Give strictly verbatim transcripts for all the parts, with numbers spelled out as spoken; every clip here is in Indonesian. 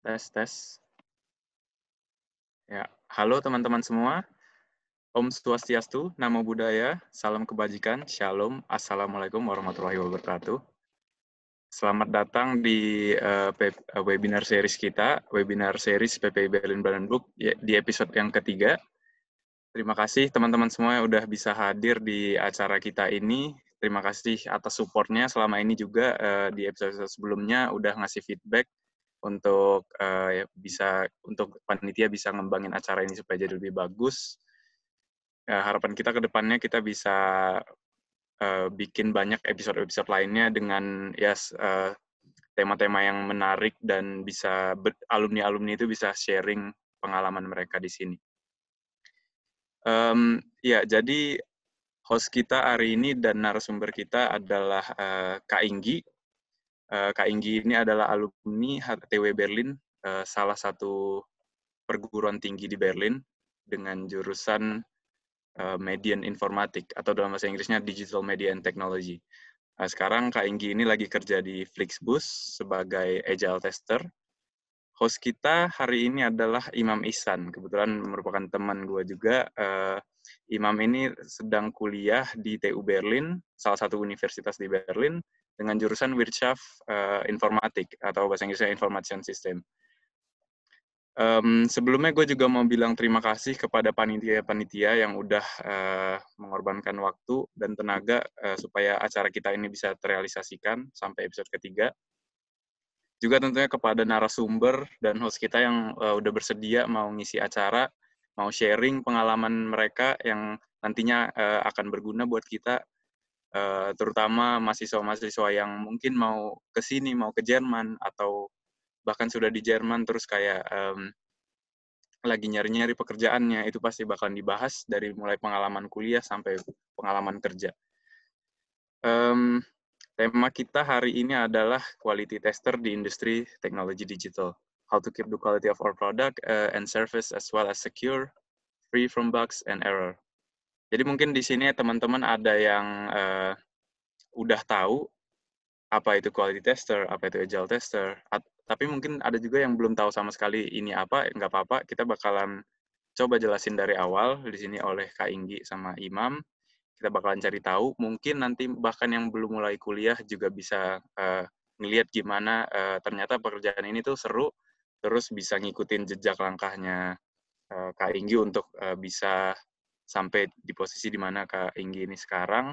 Tes, tes. Ya, halo teman-teman semua. Om Swastiastu, Namo Buddhaya, Salam Kebajikan, Shalom, Assalamualaikum warahmatullahi wabarakatuh. Selamat datang di uh, webinar series kita, webinar series P P I Berlin Brandenburg di episode yang ketiga. Terima kasih teman-teman semua yang udah bisa hadir di acara kita ini. Terima kasih atas supportnya selama ini juga uh, di episode sebelumnya udah ngasih feedback untuk uh, bisa untuk panitia bisa ngembangin acara ini supaya jadi lebih bagus. Uh, harapan kita ke depannya kita bisa uh, bikin banyak episode-episode lainnya dengan ya uh, tema-tema yang menarik dan bisa alumni-alumni itu bisa sharing pengalaman mereka di sini. Um, ya, jadi host kita hari ini dan narasumber kita adalah uh, Kak Inggi. Uh, Kak Inggi ini adalah alumni H T W Berlin, uh, salah satu perguruan tinggi di Berlin dengan jurusan uh, Media Informatik atau dalam bahasa Inggrisnya Digital Media and Technology. Nah, sekarang Kak Inggi ini lagi kerja di Flixbus sebagai Agile Tester. Host kita hari ini adalah Imam Ihsan, kebetulan merupakan teman gue juga. Uh, Imam ini sedang kuliah di T U Berlin, salah satu universitas di Berlin, dengan jurusan Wirtschaft uh, Informatik atau bahasa Inggrisnya Information System. Um, sebelumnya gue juga mau bilang terima kasih kepada panitia-panitia yang udah uh, mengorbankan waktu dan tenaga uh, supaya acara kita ini bisa terrealisasikan sampai episode ketiga. Juga tentunya kepada narasumber dan host kita yang uh, udah bersedia mau ngisi acara, mau sharing pengalaman mereka yang nantinya uh, akan berguna buat kita, uh, terutama mahasiswa-mahasiswa yang mungkin mau ke sini, mau ke Jerman, atau bahkan sudah di Jerman terus kayak um, lagi nyari-nyari pekerjaannya, itu pasti bakalan dibahas dari mulai pengalaman kuliah sampai pengalaman kerja. Um, tema kita hari ini adalah quality tester di industri teknologi digital. How to keep the quality of our product uh, and service as well as secure, free from bugs and error. Jadi mungkin di sini teman-teman ada yang uh, udah tahu apa itu quality tester, apa itu agile tester, At- tapi mungkin ada juga yang belum tahu sama sekali ini apa, nggak apa-apa, kita bakalan coba jelasin dari awal di sini oleh Kak Inggi sama Imam. Kita bakalan cari tahu. Mungkin nanti bahkan yang belum mulai kuliah juga bisa uh, ngelihat gimana uh, ternyata pekerjaan ini tuh seru. Terus bisa ngikutin jejak langkahnya uh, Kak Inggi untuk uh, bisa sampai di posisi di mana Kak Inggi ini sekarang.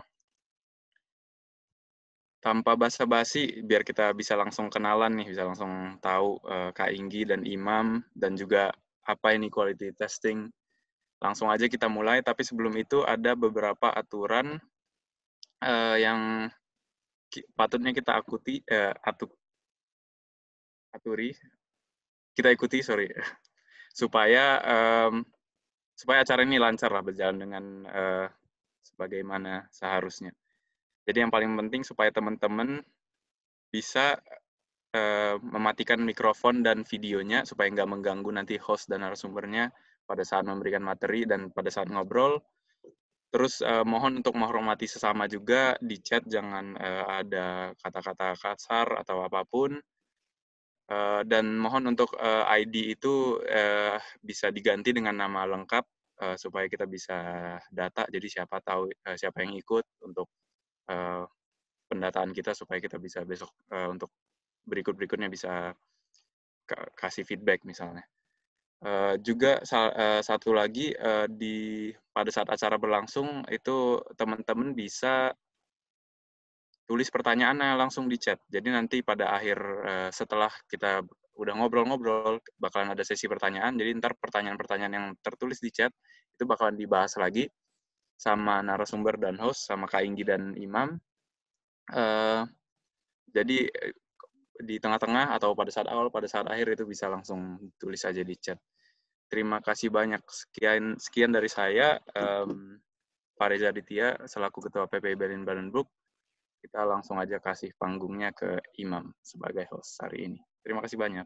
Tanpa basa-basi, biar kita bisa langsung kenalan nih, bisa langsung tahu uh, Kak Inggi dan Imam dan juga apa ini quality testing. Langsung aja kita mulai, tapi sebelum itu ada beberapa aturan uh, yang patutnya kita akuti, uh, atu, aturi, kita ikuti, sorry, supaya um, supaya acara ini lancar lah berjalan dengan uh, sebagaimana seharusnya. Jadi yang paling penting supaya teman-teman bisa uh, mematikan mikrofon dan videonya supaya nggak mengganggu nanti host dan narasumbernya pada saat memberikan materi dan pada saat ngobrol. Terus uh, mohon untuk menghormati sesama juga di chat, jangan uh, ada kata-kata kasar atau apapun. Uh, dan mohon untuk uh, I D itu uh, bisa diganti dengan nama lengkap uh, supaya kita bisa data. Jadi siapa tahu uh, siapa yang ikut untuk uh, pendataan kita supaya kita bisa besok uh, untuk berikut-berikutnya bisa kasih feedback misalnya. Uh, juga uh, satu lagi uh, di pada saat acara berlangsung itu teman-teman bisa tulis pertanyaannya langsung di chat. Jadi nanti pada akhir uh, setelah kita udah ngobrol-ngobrol bakalan ada sesi pertanyaan. Jadi ntar pertanyaan-pertanyaan yang tertulis di chat itu bakalan dibahas lagi sama narasumber dan host sama Kak Inggi dan Imam. Uh, jadi di tengah-tengah atau pada saat awal, pada saat akhir itu bisa langsung tulis aja di chat. Terima kasih banyak. Sekian sekian dari saya, um, Pak Reza Aditya, selaku Ketua P P I Berlin Brandenburg. Kita langsung aja kasih panggungnya ke Imam sebagai host hari ini. Terima kasih banyak.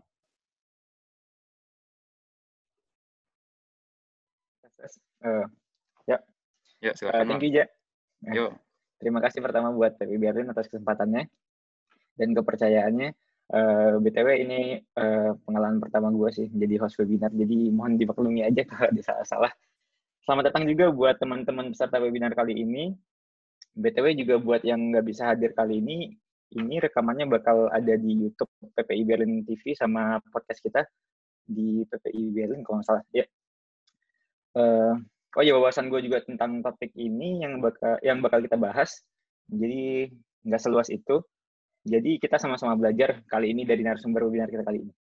Uh, ya, ya silakan. Uh, thank you, Ja. Yuk. Terima kasih pertama buat P P I Berlin atas kesempatannya dan kepercayaannya Uh, B T W ini uh, pengalaman pertama gue sih jadi host webinar, jadi mohon dimaklumi aja kalau ada salah-salah. Selamat datang juga buat teman-teman peserta webinar kali ini. B T W juga buat yang nggak bisa hadir kali ini, ini rekamannya bakal ada di YouTube P P I Berlin T V sama podcast kita di P P I Berlin kalau nggak salah. Ya. Uh, oh ya, wawasan gue juga tentang topik ini yang bakal yang bakal kita bahas. Jadi nggak seluas itu. Jadi kita sama-sama belajar kali ini dari narasumber webinar kita kali ini.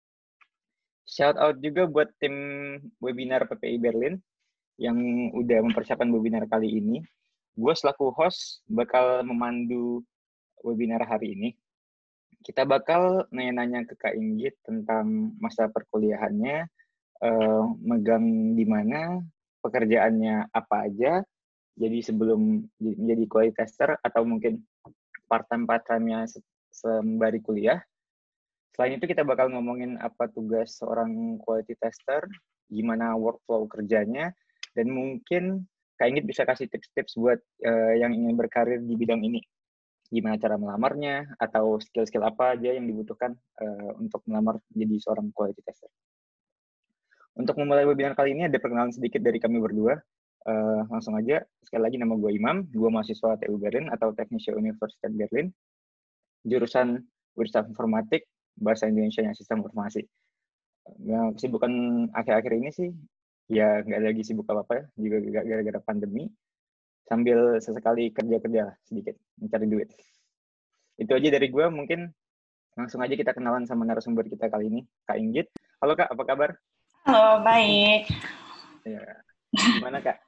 Shout out juga buat tim webinar P P I Berlin yang udah mempersiapkan webinar kali ini. Gue selaku host bakal memandu webinar hari ini. Kita bakal nanya-nanya ke Kak Inggit tentang masa perkuliahannya, eh, megang di mana, pekerjaannya apa aja, jadi sebelum menjadi quality tester atau mungkin part-time part-time-nya sembari kuliah. Selain itu kita bakal ngomongin apa tugas seorang quality tester, gimana workflow kerjanya, dan mungkin Kak Inggit bisa kasih tips-tips buat uh, yang ingin berkarir di bidang ini. Gimana cara melamarnya, atau skill-skill apa aja yang dibutuhkan uh, untuk melamar jadi seorang quality tester. Untuk memulai webinar kali ini ada perkenalan sedikit dari kami berdua. Uh, langsung aja, sekali lagi nama gue Imam, gue mahasiswa T U Berlin atau Technische Universität Berlin, jurusan Wirtschaft Informatik, bahasa Indonesianya Sistem Informasi. Nah, kesibukan akhir-akhir ini sih, ya nggak lagi sibuk apa-apa, juga gara-gara pandemi, sambil sesekali kerja-kerja sedikit, mencari duit. Itu aja dari gue, mungkin langsung aja kita kenalan sama narasumber kita kali ini, Kak Inggit. Halo Kak, apa kabar? Halo, baik. Ya, gimana Kak?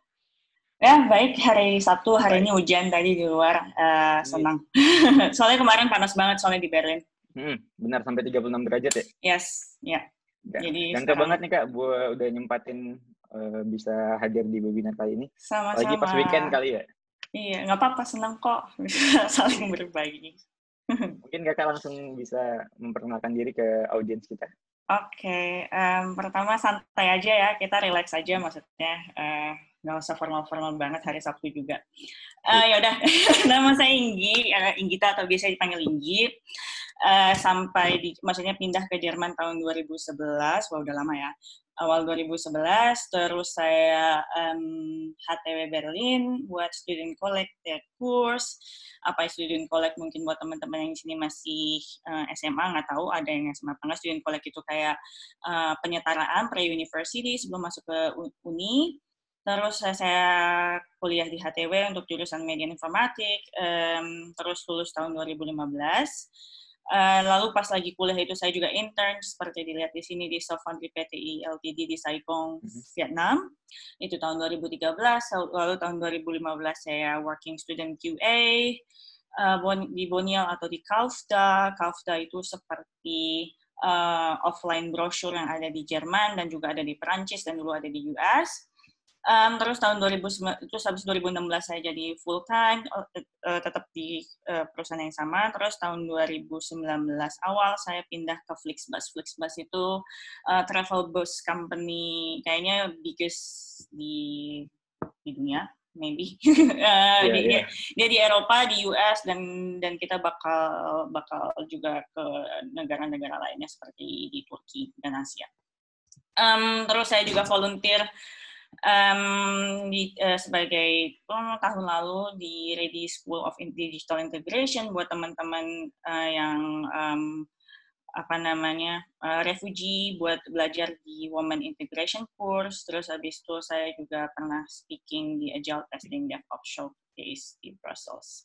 Ya, baik. Hari Sabtu, hari baik. Ini hujan tadi di luar. Uh, senang. Soalnya kemarin panas banget soalnya di Berlin. Hmm, benar, sampai tiga puluh enam derajat ya? Yes, ya. Yeah. Jadi Dan sekarang... banget nih Kak, gue udah nyempatin uh, bisa hadir di webinar kali ini. Sama-sama. Lagi pas weekend kali ya? Iya, nggak apa-apa, senang kok. Saling berbagi. Mungkin Kakak langsung bisa memperkenalkan diri ke audiens kita. Oke, okay. um, pertama santai aja ya, kita relax aja maksudnya. Uh, nggak usah formal-formal banget hari Sabtu juga. Uh, ya udah, nama saya Inggi, uh, Inggita atau biasa dipanggil Inggi. Uh, sampai di, maksudnya pindah ke Jerman tahun dua ribu sebelas, wah udah lama ya. Awal dua ribu sebelas, terus saya um, H T W Berlin buat student collect ya, course. Apa student collect mungkin buat teman-teman yang di sini masih uh, S M A, nggak tahu ada yang S M A apa nggak. Student collect itu kayak uh, penyetaraan pre-university sebelum masuk ke uni. Terus uh, saya kuliah di H T W untuk jurusan media informatik, um, terus lulus tahun dua ribu lima belas. Uh, lalu pas lagi kuliah itu saya juga intern seperti dilihat di sini di Sofoundry P T I L T D di Saigon, mm-hmm. Vietnam. Itu tahun dua ribu tiga belas. Lalu tahun dua ribu lima belas saya working student Q A uh, di Bonial atau di Kaufda. Kaufda itu seperti uh, offline brochure yang ada di Jerman dan juga ada di Perancis dan dulu ada di U S. Um, terus tahun dua ribu sembilan, terus habis dua ribu enam belas saya jadi full time uh, uh, tetap di uh, perusahaan yang sama. Terus tahun dua ribu sembilan belas awal saya pindah ke Flixbus. Flixbus itu uh, travel bus company kayaknya biggest di di dunia, maybe. uh, yeah, di, yeah. Dia, dia di Eropa, di U S dan dan kita bakal bakal juga ke negara-negara lainnya seperti di Turki dan Asia. Um, terus saya juga volunteer Um, di, uh, sebagai oh, tahun lalu di Ready School of Digital Integration buat teman-teman uh, yang um, apa namanya uh, refugee buat belajar di Women Integration Course. Terus habis itu saya juga pernah speaking di Agile Testing DevOps Showcase di Brussels.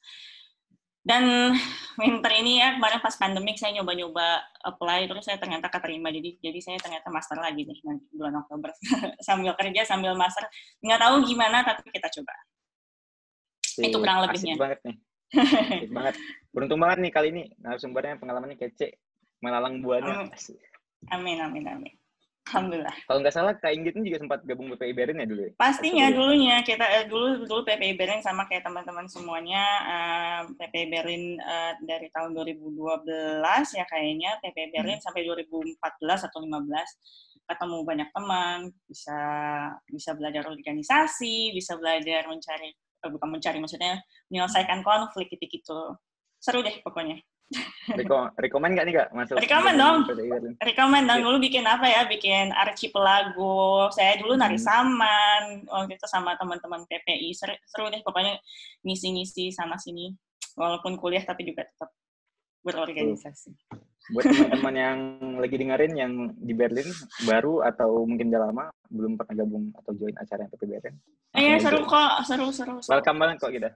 Dan winter ini ya, kemarin pas pandemik saya nyoba-nyoba apply, terus saya ternyata keterima, jadi jadi saya ternyata master lagi nih nanti bulan Oktober. Sambil kerja, sambil master, nggak tahu gimana, tapi kita coba. Si, itu kurang lebihnya. Asik banget nih. Asik banget. Beruntung banget nih kali ini, narasumbernya pengalamannya kece, melalang buahnya. Amin, amin, amin. Alhamdulillah. Kalau nggak salah, Kak Inggit ini juga sempat gabung P P I Berlin ya dulu ya? Pastinya Atau dulunya kita eh, dulu dulu P P I Berlin sama kayak teman-teman semuanya. uh, P P I Berlin uh, dari tahun dua ribu dua belas ya kayaknya. P P I Berlin hmm. sampai dua ribu empat belas atau lima belas ketemu banyak teman, bisa bisa belajar organisasi, bisa belajar mencari eh, bukan mencari maksudnya menyelesaikan konflik gitu-gitu. Seru deh pokoknya. Reko rekomen nggak nih Kak masuk? Rekomen dong. P T I Berlin? Rekomen dong. Dulu bikin apa ya? Bikin archipelago. Saya dulu nari Hmm. saman. Waktu itu sama teman-teman P P I. Seru, seru deh pokoknya ngisi-ngisi sana sini. Walaupun kuliah tapi juga tetap berorganisasi. Buat teman-teman yang lagi dengerin yang di Berlin baru atau mungkin udah lama belum pernah gabung atau join acara P P I Berlin. Iya, seru kok, seru seru. seru. Welcome banget kok kita.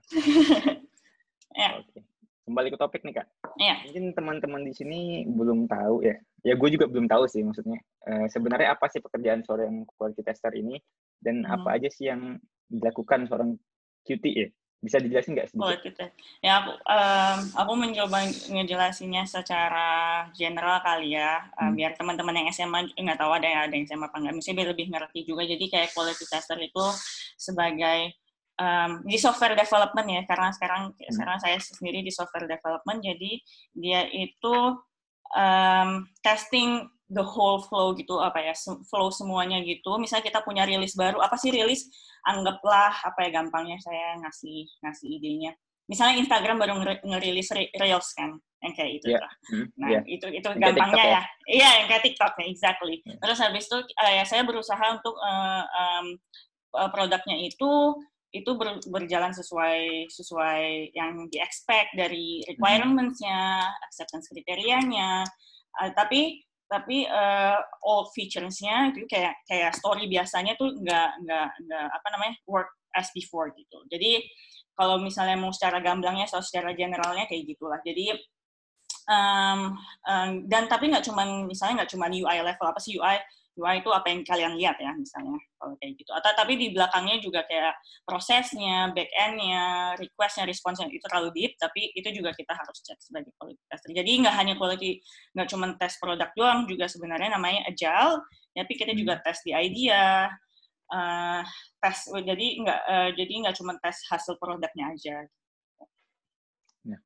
Ya. Oke. Kembali ke topik nih Kak. Iya. Mungkin teman-teman di sini belum tahu ya. Ya gue juga belum tahu sih maksudnya. Uh, sebenarnya apa sih pekerjaan seorang quality tester ini dan hmm. apa aja sih yang dilakukan seorang Q T ya? Bisa dijelasin nggak sedikit? Quality test. Ya aku um, aku mencoba ngejelasinnya secara general kali ya, um, hmm. biar teman-teman yang S M A nggak tahu ada yang ada yang S M A apa nggak, misalnya biar lebih ngerti juga. Jadi kayak quality tester itu sebagai Um, di software development ya, karena sekarang hmm. sekarang saya sendiri di software development, jadi dia itu um, testing the whole flow gitu, apa ya, flow semuanya gitu. Misalnya kita punya rilis baru, apa sih rilis? Anggaplah apa ya gampangnya saya ngasih ngasih idenya. Misalnya Instagram baru ngerilis reels kan, yang kayak itu yeah. lah. Hmm. Nah yeah. itu itu yang gampangnya ya. Iya ya, yang kayak TikTok ya, exactly. Yeah. Terus habis itu uh, ya saya berusaha untuk uh, um, uh, produknya itu itu ber, berjalan sesuai sesuai yang di-expect dari requirements-nya, acceptance kriterianya, uh, tapi tapi uh, all features-nya itu kayak kayak story biasanya tuh nggak nggak nggak apa namanya work as before gitu. Jadi kalau misalnya mau secara gamblangnya atau secara generalnya kayak gitulah. Jadi um, um, dan tapi nggak cuman misalnya nggak cuman U I level, apa sih U I? U I itu apa yang kalian lihat ya misalnya kalau kayak gitu. Atau tapi di belakangnya juga kayak prosesnya, back-end-nya, request-nya, response-nya itu terlalu deep, tapi itu juga kita harus cek sebagai quality tester. Jadi nggak hanya quality, nggak cuma tes produk doang, juga sebenarnya namanya agile, tapi kita juga tes di idea, uh, tes jadi nggak uh, jadi nggak cuma tes hasil produknya aja. Ya.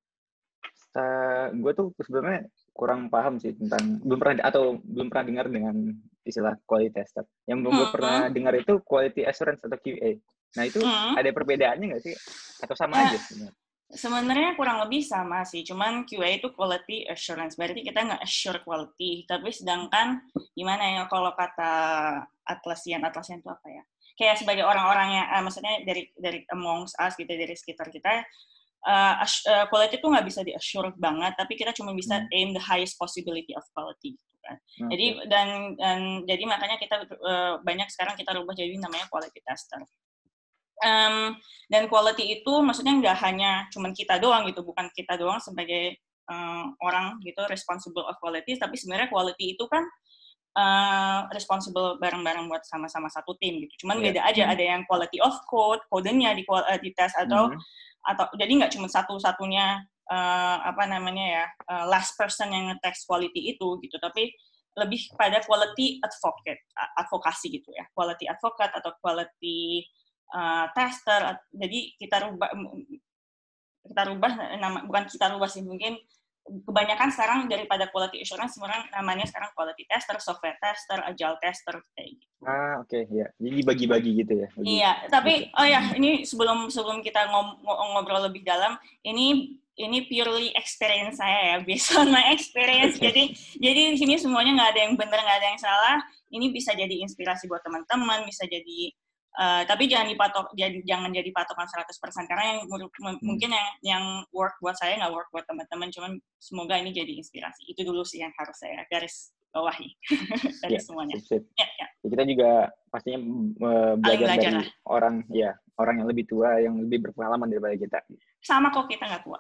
Uh, gue tuh sebenarnya kurang paham sih tentang belum pernah atau belum pernah dengar dengan istilah quality tester. Yang belum gue hmm. pernah dengar itu quality assurance atau Q A. Nah itu hmm. ada perbedaannya nggak sih atau sama uh, aja sebenarnya? Sebenarnya kurang lebih sama sih, cuman Q A itu quality assurance, berarti kita nggak assure quality. Tapi sedangkan gimana ya kalau kata Atlassian, Atlassian itu apa ya? Kayak sebagai orang-orang yang, uh, maksudnya dari dari amongst us gitu, dari sekitar kita. Uh, uh, quality itu nggak bisa di-assure banget, tapi kita cuma bisa hmm. aim the highest possibility of quality. Gitu kan. Okay. Jadi dan, dan jadi makanya kita uh, banyak sekarang kita rubah jadi namanya quality tester. Um, dan quality itu maksudnya nggak hanya cuma kita doang gitu, bukan kita doang sebagai um, orang gitu responsible of quality, tapi sebenarnya quality itu kan uh, responsible bareng-bareng buat sama-sama satu tim gitu. Cuman yeah. beda aja, hmm. ada yang quality of code, kodenya di, uh, di tes atau hmm. atau jadi nggak cuma satu-satunya uh, apa namanya ya uh, last person yang nge-test quality itu gitu, tapi lebih pada quality advocate, advokasi gitu ya, quality advocate atau quality uh, tester. Jadi kita rubah kita rubah nama bukan kita rubah sih, mungkin kebanyakan sekarang daripada quality assurance sekarang namanya sekarang quality tester, software tester, agile tester kayak gitu. Ah oke okay, ya, jadi bagi-bagi gitu ya. Bagi, iya, tapi gitu. oh ya ini sebelum sebelum kita ngob ngobrol lebih dalam, ini ini purely experience saya ya, based on my experience. Okay. Jadi jadi di sini semuanya nggak ada yang benar, nggak ada yang salah. Ini bisa jadi inspirasi buat teman-teman, bisa jadi Uh, tapi jangan dipatok, jadi, jangan jadi patokan seratus persen karena yang hmm. mungkin yang yang work buat saya nggak work buat teman-teman, cuman semoga ini jadi inspirasi. Itu dulu sih yang harus saya garis bawahi dari ya, semuanya. Sip, sip. Ya, ya. Kita juga pastinya uh, belajar, belajar dari lah. orang ya orang yang lebih tua, yang lebih berpengalaman daripada kita. Sama kok, kita nggak tua.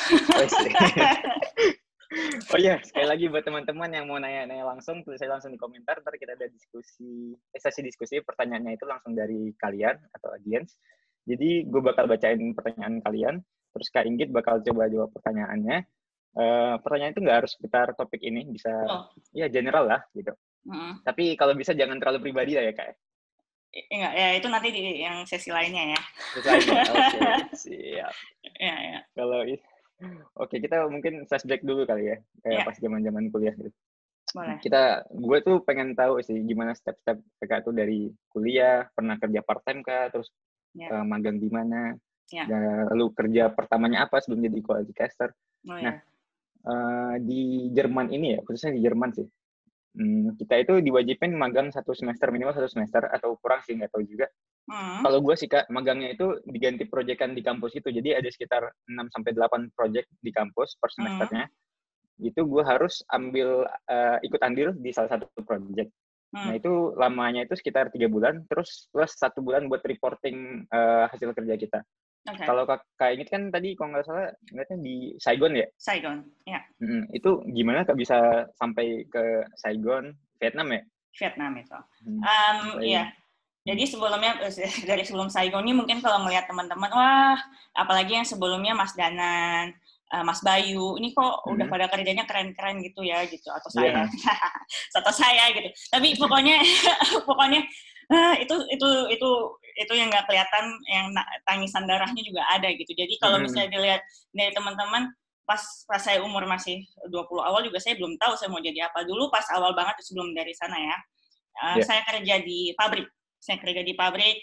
Oh iya, sekali lagi buat teman-teman yang mau nanya-nanya langsung, tulis saya langsung di komentar, ntar kita ada diskusi, eh, sesi diskusi, pertanyaannya itu langsung dari kalian atau audience. Jadi gue bakal bacain pertanyaan kalian, terus Kak Inggit bakal coba jawab pertanyaannya. Uh, pertanyaan itu nggak harus seputar topik ini, bisa oh. ya general lah gitu. Mm-hmm. Tapi kalau bisa jangan terlalu pribadi lah ya Kak. Enggak, ya itu nanti di yang sesi lainnya ya. Sesi lainnya, oke, okay. Siap. Ya, ya. Kalau Oke, kita mungkin flashback dulu kali ya, kayak yeah. pas zaman-zaman kuliah gitu. Boleh. Kita, gue tuh pengen tahu sih gimana step-step Kakak tuh dari kuliah, pernah kerja part-time kah, terus yeah. uh, magang di mana, yeah. dan lalu kerja pertamanya apa sebelum jadi quality tester. Oh, nah, uh, di Jerman ini ya, khususnya di Jerman sih. Hmm, kita itu diwajibkan magang satu semester, minimal satu semester, atau kurang sih, nggak tahu juga. Hmm. Kalau gue sih, Kak, magangnya itu diganti proyekan di kampus itu. Jadi ada sekitar enam sampai delapan proyek di kampus per semesternya. Hmm. Itu gue harus ambil, uh, ikut andil di salah satu proyek. Hmm. Nah, itu lamanya itu sekitar tiga bulan, terus plus satu bulan buat reporting uh, hasil kerja kita. Okay. Kalau Kak Inggit kan tadi kalau nggak salah ngeliatnya di Saigon ya? Saigon, ya. Hmm, itu gimana Kak bisa sampai ke Saigon, Vietnam ya? Vietnam itu. Hmm. Um, iya. Jadi sebelumnya, dari sebelum Saigon ini mungkin kalau melihat teman-teman, wah, apalagi yang sebelumnya Mas Danan, uh, Mas Bayu, ini kok hmm. udah pada kerjanya keren-keren gitu ya, gitu. Atau saya, yeah. atau saya gitu. Tapi pokoknya, pokoknya, uh, itu itu itu itu yang nggak kelihatan, yang tangisan darahnya juga ada gitu. Jadi kalau hmm. misalnya dilihat dari teman-teman, pas pas saya umur masih dua puluh awal juga saya belum tahu saya mau jadi apa. Dulu pas awal banget sebelum dari sana ya, uh, yeah. saya kerja di pabrik. Saya kerja di pabrik,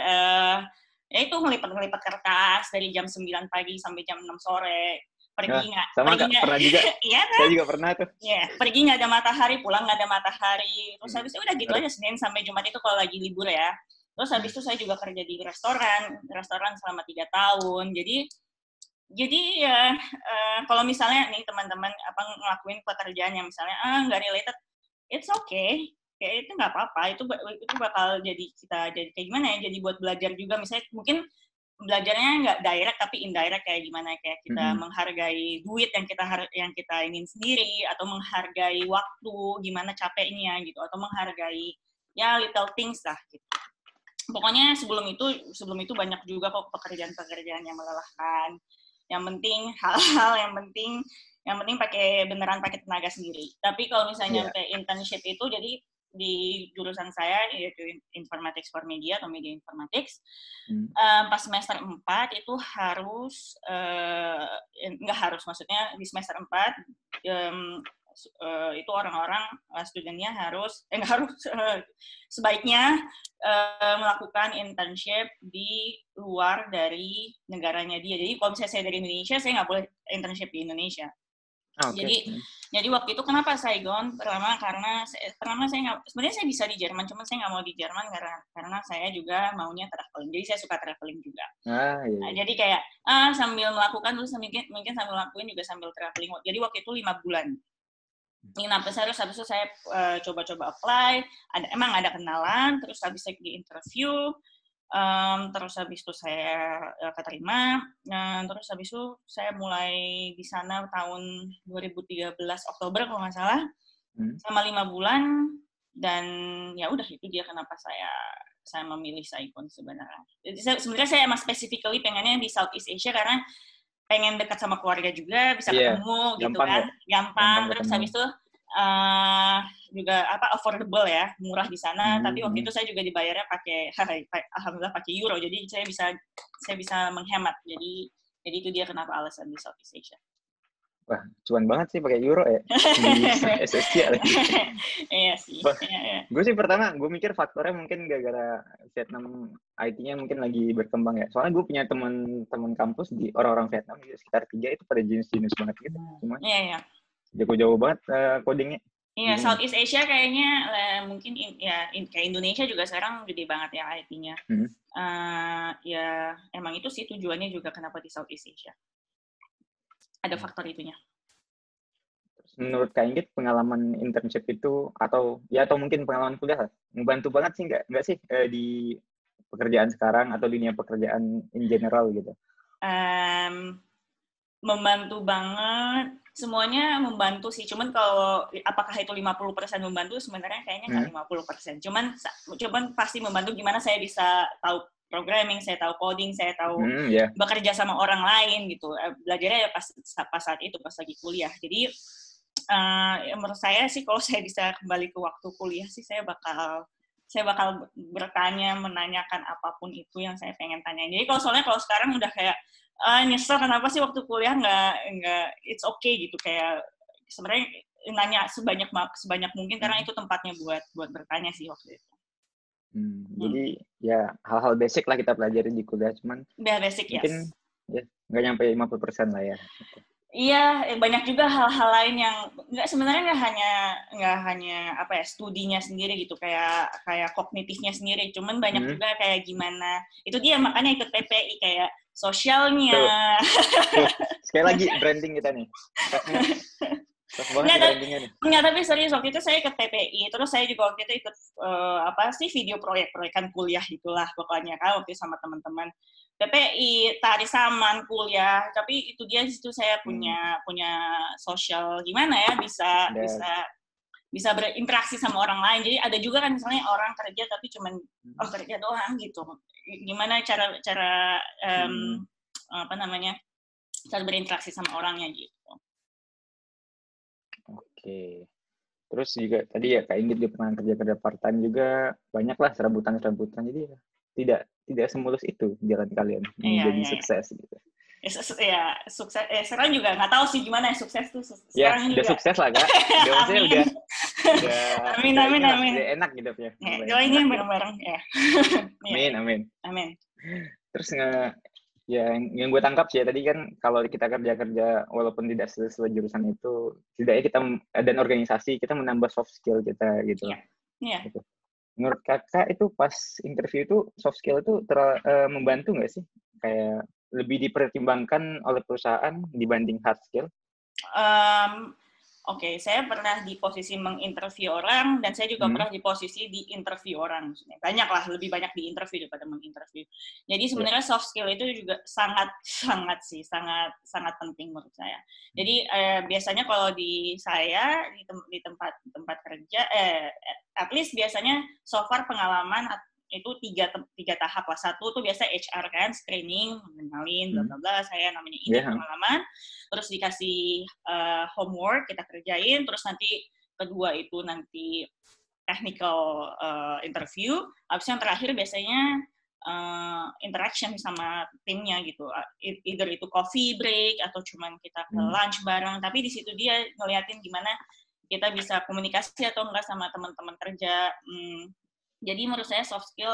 uh, ya itu ngelipat-ngelipat kertas dari jam sembilan pagi sampai jam enam sore. Pergi nggak? Nah, sama pergi Kak, pernah juga. Iya kan? Saya juga pernah tuh. Iya, yeah, pergi nggak ada matahari, pulang nggak ada matahari. Terus habis itu udah gitu aja, Senin sampai Jumat itu kalau lagi libur ya. Terus habis itu saya juga kerja di restoran, restoran selama tiga tahun. Jadi, jadi ya uh, kalau misalnya nih teman-teman apa ngelakuin pekerjaan yang misalnya ah nggak related, it's okay. Kayak itu nggak apa-apa, itu itu bakal jadi kita jadi kayak gimana ya, jadi buat belajar juga, misalnya mungkin belajarnya nggak direct tapi indirect, kayak gimana kayak kita mm-hmm. menghargai duit yang kita yang kita ingin sendiri, atau menghargai waktu, gimana capeknya gitu, atau menghargai ya little things lah gitu. Pokoknya sebelum itu sebelum itu banyak juga kok pekerjaan-pekerjaan yang melelahkan. Yang penting hal-hal yang penting yang penting pakai beneran pakai tenaga sendiri. Tapi kalau misalnya yeah. kayak internship itu, jadi di jurusan saya yaitu Informatics for Media atau Media Informatics, hmm. um, pas semester empat itu harus uh, nggak harus maksudnya di semester empat um, uh, itu orang-orang uh, studennya harus eh nggak harus uh, sebaiknya uh, melakukan internship di luar dari negaranya dia. Jadi kalau misalnya saya dari Indonesia, saya nggak boleh internship di Indonesia. Okay. Jadi, hmm. jadi waktu itu kenapa Saigon? Pertama karena pertama saya nggak, sebenarnya saya bisa di Jerman, cuma saya nggak mau di Jerman karena karena saya juga maunya traveling. Jadi saya suka traveling juga. Ah, iya. Nah, jadi kayak ah sambil melakukan terus mungkin mungkin sambil lakuin juga sambil traveling. Jadi waktu itu lima bulan. Kenapa saya harus habis itu saya uh, coba-coba apply, ada emang ada kenalan, terus habis saya di interview. Um, terus habis itu saya uh, keterima, nah, terus habis itu saya mulai di sana tahun dua ribu tiga belas Oktober kalau nggak salah, hmm. sama lima bulan, dan ya udah itu dia kenapa saya saya memilih Saigon sebenarnya. Jadi saya, sebenarnya saya emang specifically pengennya di Southeast Asia karena pengen dekat sama keluarga juga, bisa yeah. ketemu gitu gampang kan, ya? gampang, gampang terus habis itu Uh, juga apa affordable ya, murah di sana. Hmm. Tapi waktu itu saya juga dibayarnya pakai, alhamdulillah pakai euro. Jadi saya bisa saya bisa menghemat. Jadi jadi itu dia kenapa alasan di Southeast Asia. Wah, cuan banget sih pakai euro ya di S S C. Iya sih. Iya, iya. Gue sih pertama gue mikir faktornya mungkin gara-gara Vietnam I T-nya mungkin lagi berkembang ya. Soalnya gue punya teman-teman kampus di orang-orang Vietnam sekitar tiga itu pada jenis-jenis banget gitu semua. Iya iya. Jauh-jauh banget uh, codingnya. Iya, hmm. Southeast Asia kayaknya uh, mungkin in, ya in, kayak Indonesia juga sekarang gede banget ya I T-nya. Hmm. Uh, ya emang itu sih tujuannya juga kenapa di Southeast Asia. Ada faktor itunya. Menurut Kak Inggit, pengalaman internship itu atau ya atau mungkin pengalaman kuliah membantu banget sih nggak nggak sih uh, di pekerjaan sekarang atau dunia pekerjaan in general gitu? Um, membantu banget. Semuanya membantu sih, cuman kalau apakah itu lima puluh persen membantu, sebenarnya kayaknya nggak hmm. lima puluh persen. Cuman, cuman pasti membantu gimana saya bisa tahu programming, saya tahu coding, saya tahu hmm, yeah. bekerja sama orang lain gitu. Belajarnya ya pas, pas saat itu, pas lagi kuliah. Jadi, uh, menurut saya sih kalau saya bisa kembali ke waktu kuliah sih, saya bakal saya bakal bertanya, menanyakan apapun itu yang saya pengen tanyain. Jadi kalau soalnya kalau sekarang udah kayak Uh, nyesel kenapa sih waktu kuliah nggak nggak it's okay gitu, kayak sebenarnya nanya sebanyak sebanyak mungkin karena itu tempatnya buat buat bertanya sih waktu itu. Hmm, hmm. Jadi ya hal-hal basic lah kita pelajari di kuliah, cuman udah basic mungkin yes. ya nggak nyampe lima puluh persen lah ya. Iya, banyak juga hal-hal lain yang nggak sebenarnya nggak hanya nggak hanya apa ya studinya sendiri gitu kayak kayak kognitifnya sendiri, cuman banyak Hmm. juga kayak gimana itu dia makanya ikut P P I kayak sosialnya. Tuh, tuh. Sekali lagi branding kita nih. Kasnya, pas banget nih brandingnya nih. Enggak, tapi serius waktu itu saya ikut P P I, terus saya juga waktu itu ikut uh, apa sih video proyek-proyekan kuliah itulah pokoknya kan waktu itu sama teman-teman. P P I, tari saman, kuliah, tapi itu dia situ saya punya hmm. punya sosial gimana ya bisa Dan. bisa bisa berinteraksi sama orang lain. Jadi ada juga kan misalnya orang kerja tapi cuman hmm. oh kerja doang gitu. Gimana cara cara um, hmm. apa namanya cara berinteraksi sama orangnya gitu. Oke. Terus juga tadi ya Kak Inggit dia pernah kerja-kerja part time juga banyak lah serabutan-serabutan. Jadi ya tidak tidak semulus itu jalan kalian iya, menjadi iya, sukses iya. gitu. Ya, ya sukses. Eh, sekarang juga nggak tahu sih gimana ya sukses tuh. Ya, udah juga. sukses lah Kak. Udah maksudnya udah udah amin udah amin inilah, amin. Udah enak gitu ya. Ya, doainnya bareng-bareng ya. Amin amin. Amin. Terus nge ya yang, yang gue tangkap sih ya tadi kan kalau kita kerja-kerja walaupun tidak sesuai jurusan itu setidaknya kita dan organisasi kita menambah soft skill kita gitu. Iya. Iya. Gitu. Menurut kakak itu pas interview itu soft skill itu ter, uh, membantu nggak sih kayak lebih dipertimbangkan oleh perusahaan dibanding hard skill? Um, Oke, okay, saya pernah di posisi menginterview orang dan saya juga hmm. pernah di posisi di interview orang. Banyak lah, lebih banyak di interview daripada menginterview. Jadi sebenarnya yeah. soft skill itu juga sangat sangat sih, sangat sangat penting menurut saya. Jadi eh, biasanya kalau di saya di, tem- di tempat tempat kerja, eh, at least biasanya so far pengalaman itu tiga tiga tahap lah. Satu tuh biasa H R kan, screening, mengenalin, bla bla bla. Saya namanya ini yeah. pengalaman. Terus dikasih uh, homework kita kerjain. Terus nanti kedua itu nanti technical uh, interview. Habis yang terakhir biasanya uh, interaction sama timnya gitu. Either itu coffee break atau cuman kita ke lunch bareng. Tapi di situ dia ngeliatin gimana kita bisa komunikasi atau enggak sama teman-teman kerja. Hmm, Jadi menurut saya soft skill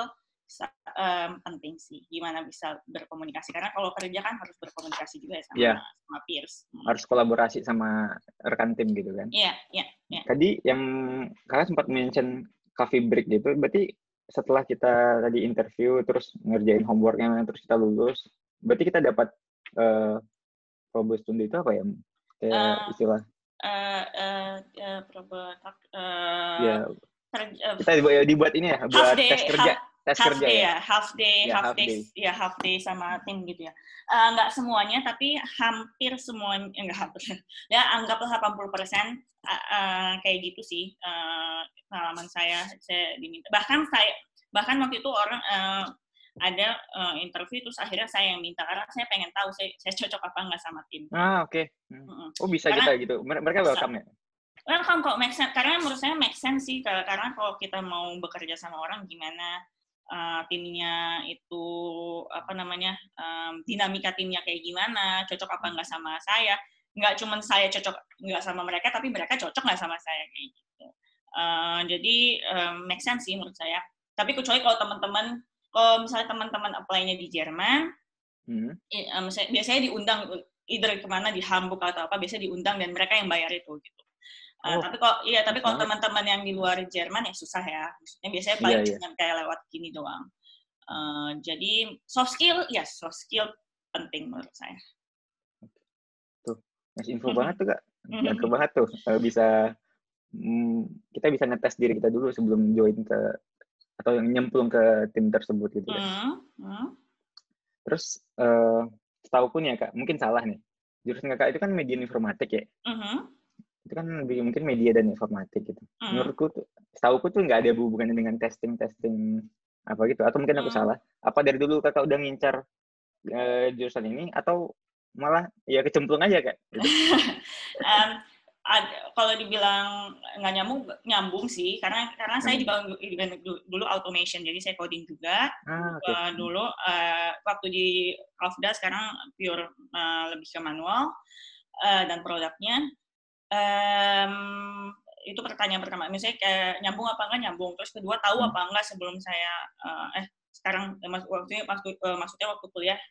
um, penting sih, gimana bisa berkomunikasi. Karena kalau kerja kan harus berkomunikasi juga ya sama, yeah. sama peers. Harus kolaborasi sama rekan tim gitu kan. Iya, yeah, iya. Yeah, yeah. Tadi yang kakak sempat mention coffee break gitu, berarti setelah kita tadi interview, terus ngerjain homeworknya, terus kita lulus, berarti kita dapat uh, probus studi itu apa ya? Kayak uh, istilah. Uh, uh, uh, probus, uh, yeah. Kita dibuat, dibuat ini ya buat day, tes kerja half, tes half kerja day, ya half day ya, half, half day, day ya half day sama tim gitu ya uh, nggak semuanya tapi hampir semuanya enggak hampir ya anggaplah delapan puluh persen uh, uh, kayak gitu sih uh, pengalaman saya saya diminta bahkan saya bahkan waktu itu orang uh, ada uh, interview terus akhirnya saya yang minta karena saya pengen tahu saya, saya cocok apa enggak sama tim. Ah oke. Okay. Hmm. Oh bisa karena, kita gitu. Mereka welcome ya. Welcome kok, make sense. Karena menurut saya make sense sih, karena kalau kita mau bekerja sama orang, gimana uh, timnya itu, apa namanya, um, dinamika timnya kayak gimana, cocok apa enggak sama saya. Nggak cuma saya cocok nggak sama mereka, tapi mereka cocok nggak sama saya, kayak gitu. Uh, jadi, um, make sense sih menurut saya. Tapi kecuali kalau teman-teman, kalau misalnya teman-teman apply-nya di Jerman, hmm. eh, um, biasanya diundang, either kemana, di Hamburg atau apa, biasanya diundang dan mereka yang bayar itu, gitu. Uh, oh, tapi kalau iya tapi kalau teman-teman yang di luar Jerman ya susah ya. Maksudnya biasanya paling yeah, cuma yeah. kayak lewat gini doang. Uh, jadi soft skill ya yes, soft skill penting menurut saya. Tuh, masih info banget tuh Kak. Info banget tuh. Uh, bisa mm, kita bisa ngetes diri kita dulu sebelum join ke atau yang nyemplung ke tim tersebut gitu kan. Mm, mm. Terus uh, setahu pun ya Kak, mungkin salah nih. Jurusan Kakak itu kan media informatik ya. Mm-hmm. Itu kan lebih mungkin media dan informatik gitu. Mm. Menurutku tuh, setahuku tuh nggak ada hubungannya dengan testing-testing apa gitu. Atau mungkin aku mm. salah. Apa dari dulu kakak udah ngincar uh, jurusan ini atau malah ya kecemplung aja Kak? Gitu. um, ad, kalau dibilang nggak nyambung, nyambung sih. Karena karena hmm. saya juga, juga dulu automation, jadi saya coding juga. Ah, okay. uh, dulu uh, waktu di Alfda sekarang pure uh, lebih ke manual uh, dan produknya. Um, itu pertanyaan pertama, misalnya kayak nyambung apa enggak nyambung, terus kedua tahu apa enggak sebelum saya uh, eh sekarang waktu waktu uh, maksudnya waktu kuliah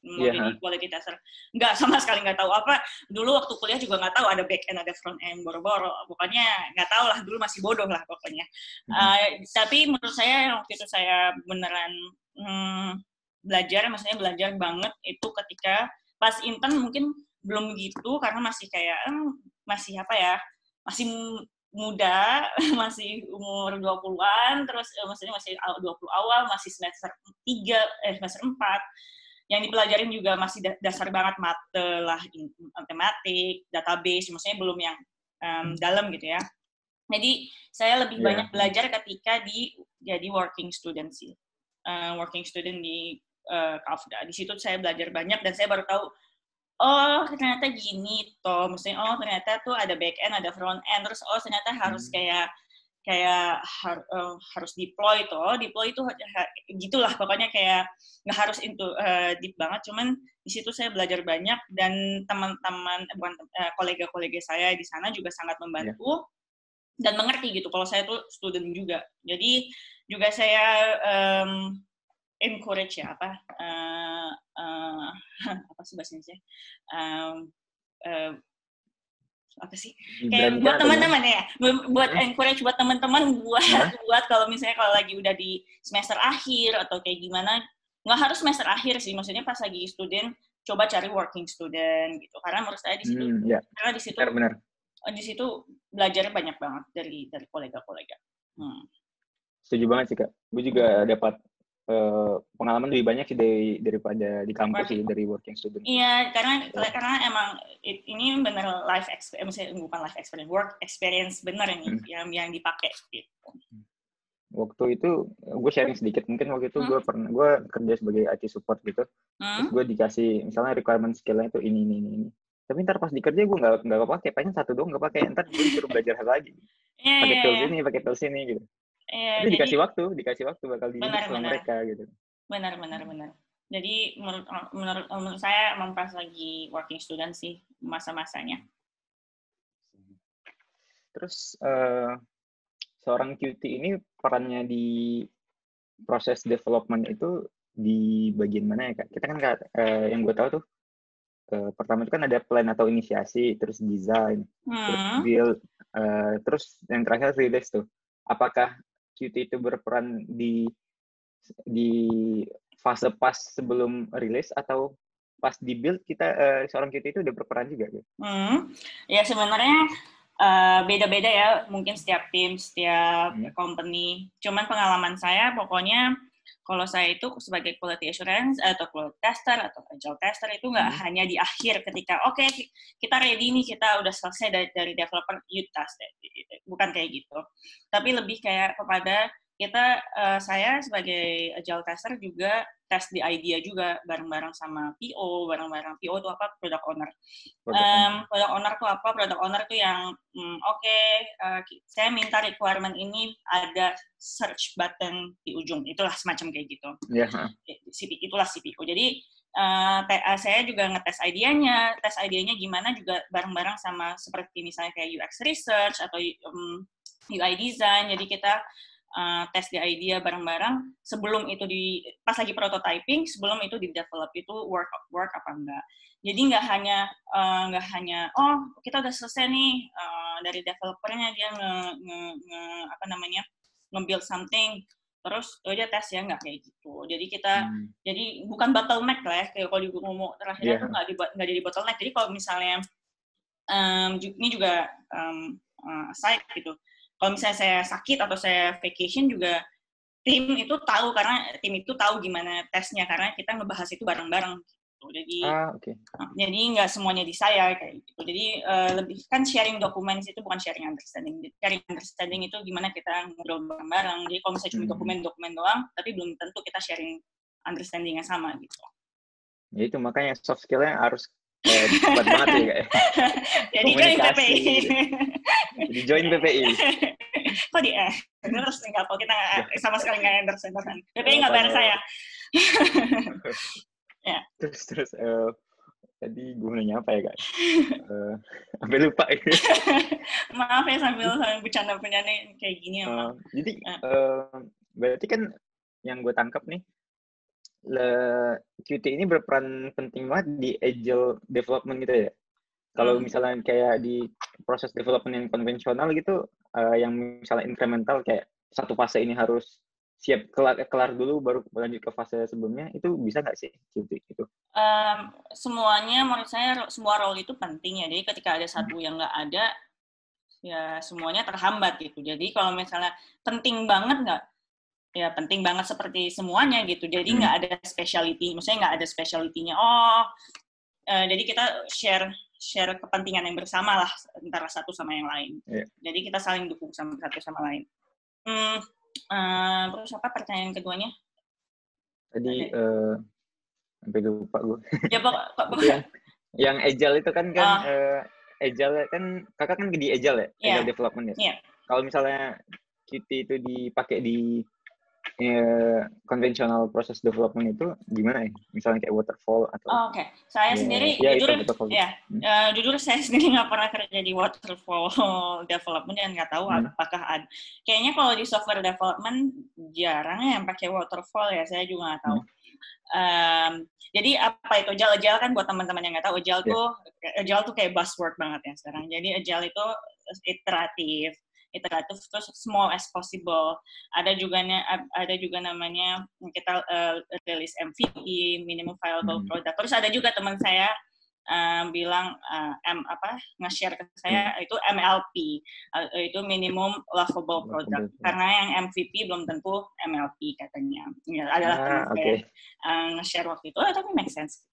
mau yeah. jadi quality tester. Nggak, sama sekali nggak tahu apa. Dulu waktu kuliah juga nggak tahu ada back end, ada front end, boro-boro. Pokoknya nggak tahu lah, dulu masih bodoh lah pokoknya. Mm-hmm. Uh, tapi menurut saya waktu itu saya beneran hmm, belajar, maksudnya belajar banget itu ketika pas intern mungkin belum gitu, karena masih kayak, hmm, masih apa ya, masih muda, masih umur dua puluhan, terus eh, maksudnya masih dua puluh awal, masih semester tiga, eh, semester empat. Yang dipelajarin juga masih dasar banget, mate lah, matematik, database, maksudnya belum yang um, dalam gitu ya. Jadi saya lebih yeah. banyak belajar ketika di jadi working student sih. Uh, working student di uh, Kafda. Di situ saya belajar banyak dan saya baru tahu, oh ternyata gini toh, maksudnya oh ternyata tuh ada back end, ada front end, terus oh ternyata harus kayak kayak har, uh, harus deploy toh, deploy itu gitulah pokoknya, kayak nggak harus into uh, deep banget, cuman di situ saya belajar banyak dan teman-teman bukan uh, kolega-kolega saya di sana juga sangat membantu yeah. dan mengerti gitu kalau saya tuh student juga, jadi juga saya um, encourage ya apa uh, uh, apa sih bahasa Indonesia um, uh, apa sih kayak buat teman-teman ya, buat encourage buat teman-teman buat huh? buat kalau misalnya kalau lagi udah di semester akhir atau kayak gimana, nggak harus semester akhir sih, maksudnya pas lagi student coba cari working student gitu, karena menurut saya di situ hmm, yeah. karena di situ benar, benar. di situ belajarnya banyak banget dari dari kolega-kolega. Hmm. Setuju banget sih Kak, gue juga dapat Uh, pengalaman lebih banyak sih dari daripada di kampus sih, dari working student. Iya, karena oh. karena emang it, ini bener life experience, bukan life experience, work experience bener ini hmm. yang yang dipakai. Gitu. Waktu itu gue sharing sedikit, mungkin waktu itu hmm. gue pernah gue kerja sebagai I T support gitu, hmm. terus gue dikasih misalnya requirement skillnya itu ini ini ini. Tapi ntar pas dikerja gue nggak nggak pakai, paling satu doang nggak pakai, ntar gue disuruh belajar hal lagi, yeah, pakai tools yeah, ini, pakai tools ini gitu. Iya, jadi dikasih waktu, dikasih waktu bakal dididik sama mereka gitu. Benar, benar, benar. Jadi menurut menurut, menurut saya emang pas lagi working student sih masa-masanya. Terus uh, seorang Q T ini perannya di proses development itu di bagian mana ya Kak? Kita kan uh, yang gue tahu tuh uh, pertama itu kan ada plan atau inisiasi, terus design, hmm. terus build, uh, terus yang terakhir release tuh. Apakah Q T itu berperan di di fase pas sebelum rilis atau pas di build kita uh, seorang Q T itu udah berperan juga gitu? Hmm, ya sebenarnya uh, beda-beda ya, mungkin setiap tim, setiap hmm. company. Cuman pengalaman saya pokoknya kalau saya itu sebagai quality assurance atau quality tester atau agile tester itu nggak hmm. hanya di akhir ketika oke okay, kita ready nih, kita udah selesai dari, dari developer, you test it. Bukan kayak gitu, tapi lebih kayak kepada kita uh, saya sebagai agile tester juga test di idea juga bareng-bareng sama P O, bareng-bareng P O itu apa, product owner. Um, product owner tuh apa? Product owner tuh yang um, oke okay, uh, saya minta requirement ini ada search button di ujung, itulah semacam kayak gitu. Yeah. C P, itulah C P O. Jadi uh, saya juga ngetes idenya, tes idenya gimana juga bareng-bareng sama seperti misalnya kayak U X research atau um, U I design. Jadi kita Uh, tes di idea bareng-bareng sebelum itu di pas lagi prototyping, sebelum itu di develop itu work work apa enggak. Jadi nggak hanya nggak uh, hanya oh kita udah selesai nih uh, dari developernya dia nge, nge, nge apa namanya nge-build something terus oh dia tes ya, nggak kayak gitu. Jadi kita hmm. jadi bukan bottleneck lah ya, kayak kalau di ngomong terakhirnya yeah. tuh nggak di nggak jadi bottleneck. Jadi kalau misalnya um, ini juga um, uh, side gitu. Kalau misalnya saya sakit atau saya vacation juga tim itu tahu, karena tim itu tahu gimana tesnya karena kita ngebahas itu bareng-bareng gitu. Jadi ah, okay. jadi nggak semuanya di saya kayak gitu. Jadi uh, lebih kan sharing dokumen itu bukan sharing understanding. Sharing understanding itu gimana kita ngobrol bareng-bareng. Jadi kalau misalnya cuma hmm. dokumen-dokumen doang, tapi belum tentu kita sharing understanding-nya sama gitu. Ya itu makanya soft skill-nya harus eh, kuat banget ya kayak. Jadi join P P I. Gitu. Jadi join P P I. Kok di eh terus nggak kok kita gak, sama sekali nggak endorse endorse. P P I nggak bayar saya. Ya. Terus terus uh, tadi gue nanya apa ya guys? Uh, sampai lupa. Maaf ya sambil sambil bercanda-bercanda kayak gini ya. Uh, jadi uh, berarti kan yang gue tangkap nih Q T ini berperan penting banget di agile development gitu ya. Kalau Hmm. misalnya kayak di proses development yang konvensional gitu, uh, yang misalnya incremental kayak satu fase ini harus siap kelar, kelar dulu baru lanjut ke fase sebelumnya, itu bisa nggak sih Q T itu? Um, semuanya menurut saya semua role itu penting ya. Jadi ketika ada satu yang nggak ada, ya semuanya terhambat gitu. Jadi kalau misalnya penting banget nggak, ya penting banget seperti semuanya gitu. Jadi nggak hmm. ada specialty, maksudnya nggak ada specialty-nya. Oh, uh, jadi kita share share kepentingan yang bersama lah antara satu sama yang lain. Yeah. Jadi kita saling dukung sama satu sama lain. Hmm, uh, terus apa pertanyaan keduanya? Tadi uh, sampai lupa gue. Ya pokok, pokok. yang yang agile itu kan kan uh, uh, agile kan kakak kan di agile ya, yeah. agile development ya. Yeah. Kalau misalnya Q T itu dipakai di konvensional uh, proses development itu gimana ya? Misalnya kayak waterfall atau? Oh, Oke, okay. saya ya, sendiri ya, jujur itu, ya, hmm. uh, jujur saya sendiri nggak pernah kerja di waterfall development dan nggak tahu hmm. apakah ada. Kayaknya kalau di software development jarang ya yang pakai waterfall ya, saya juga nggak tahu. Hmm. Um, jadi apa itu agile? Agile kan buat teman-teman yang nggak tahu, agile yeah. tuh agile tuh kayak buzzword banget ya sekarang. Jadi agile itu iteratif. iteratif terus small as possible. Ada juga ada juga namanya kita uh, rilis M V P, minimum viable hmm. product. Terus ada juga teman saya uh, bilang uh, M apa nge-share ke saya hmm. itu M L P, uh, itu minimum lovable product. Karena yang M V P belum tentu M L P katanya. Ya, adalah ah, teman okay. saya uh, nge-share waktu itu. Oh, tapi make sense.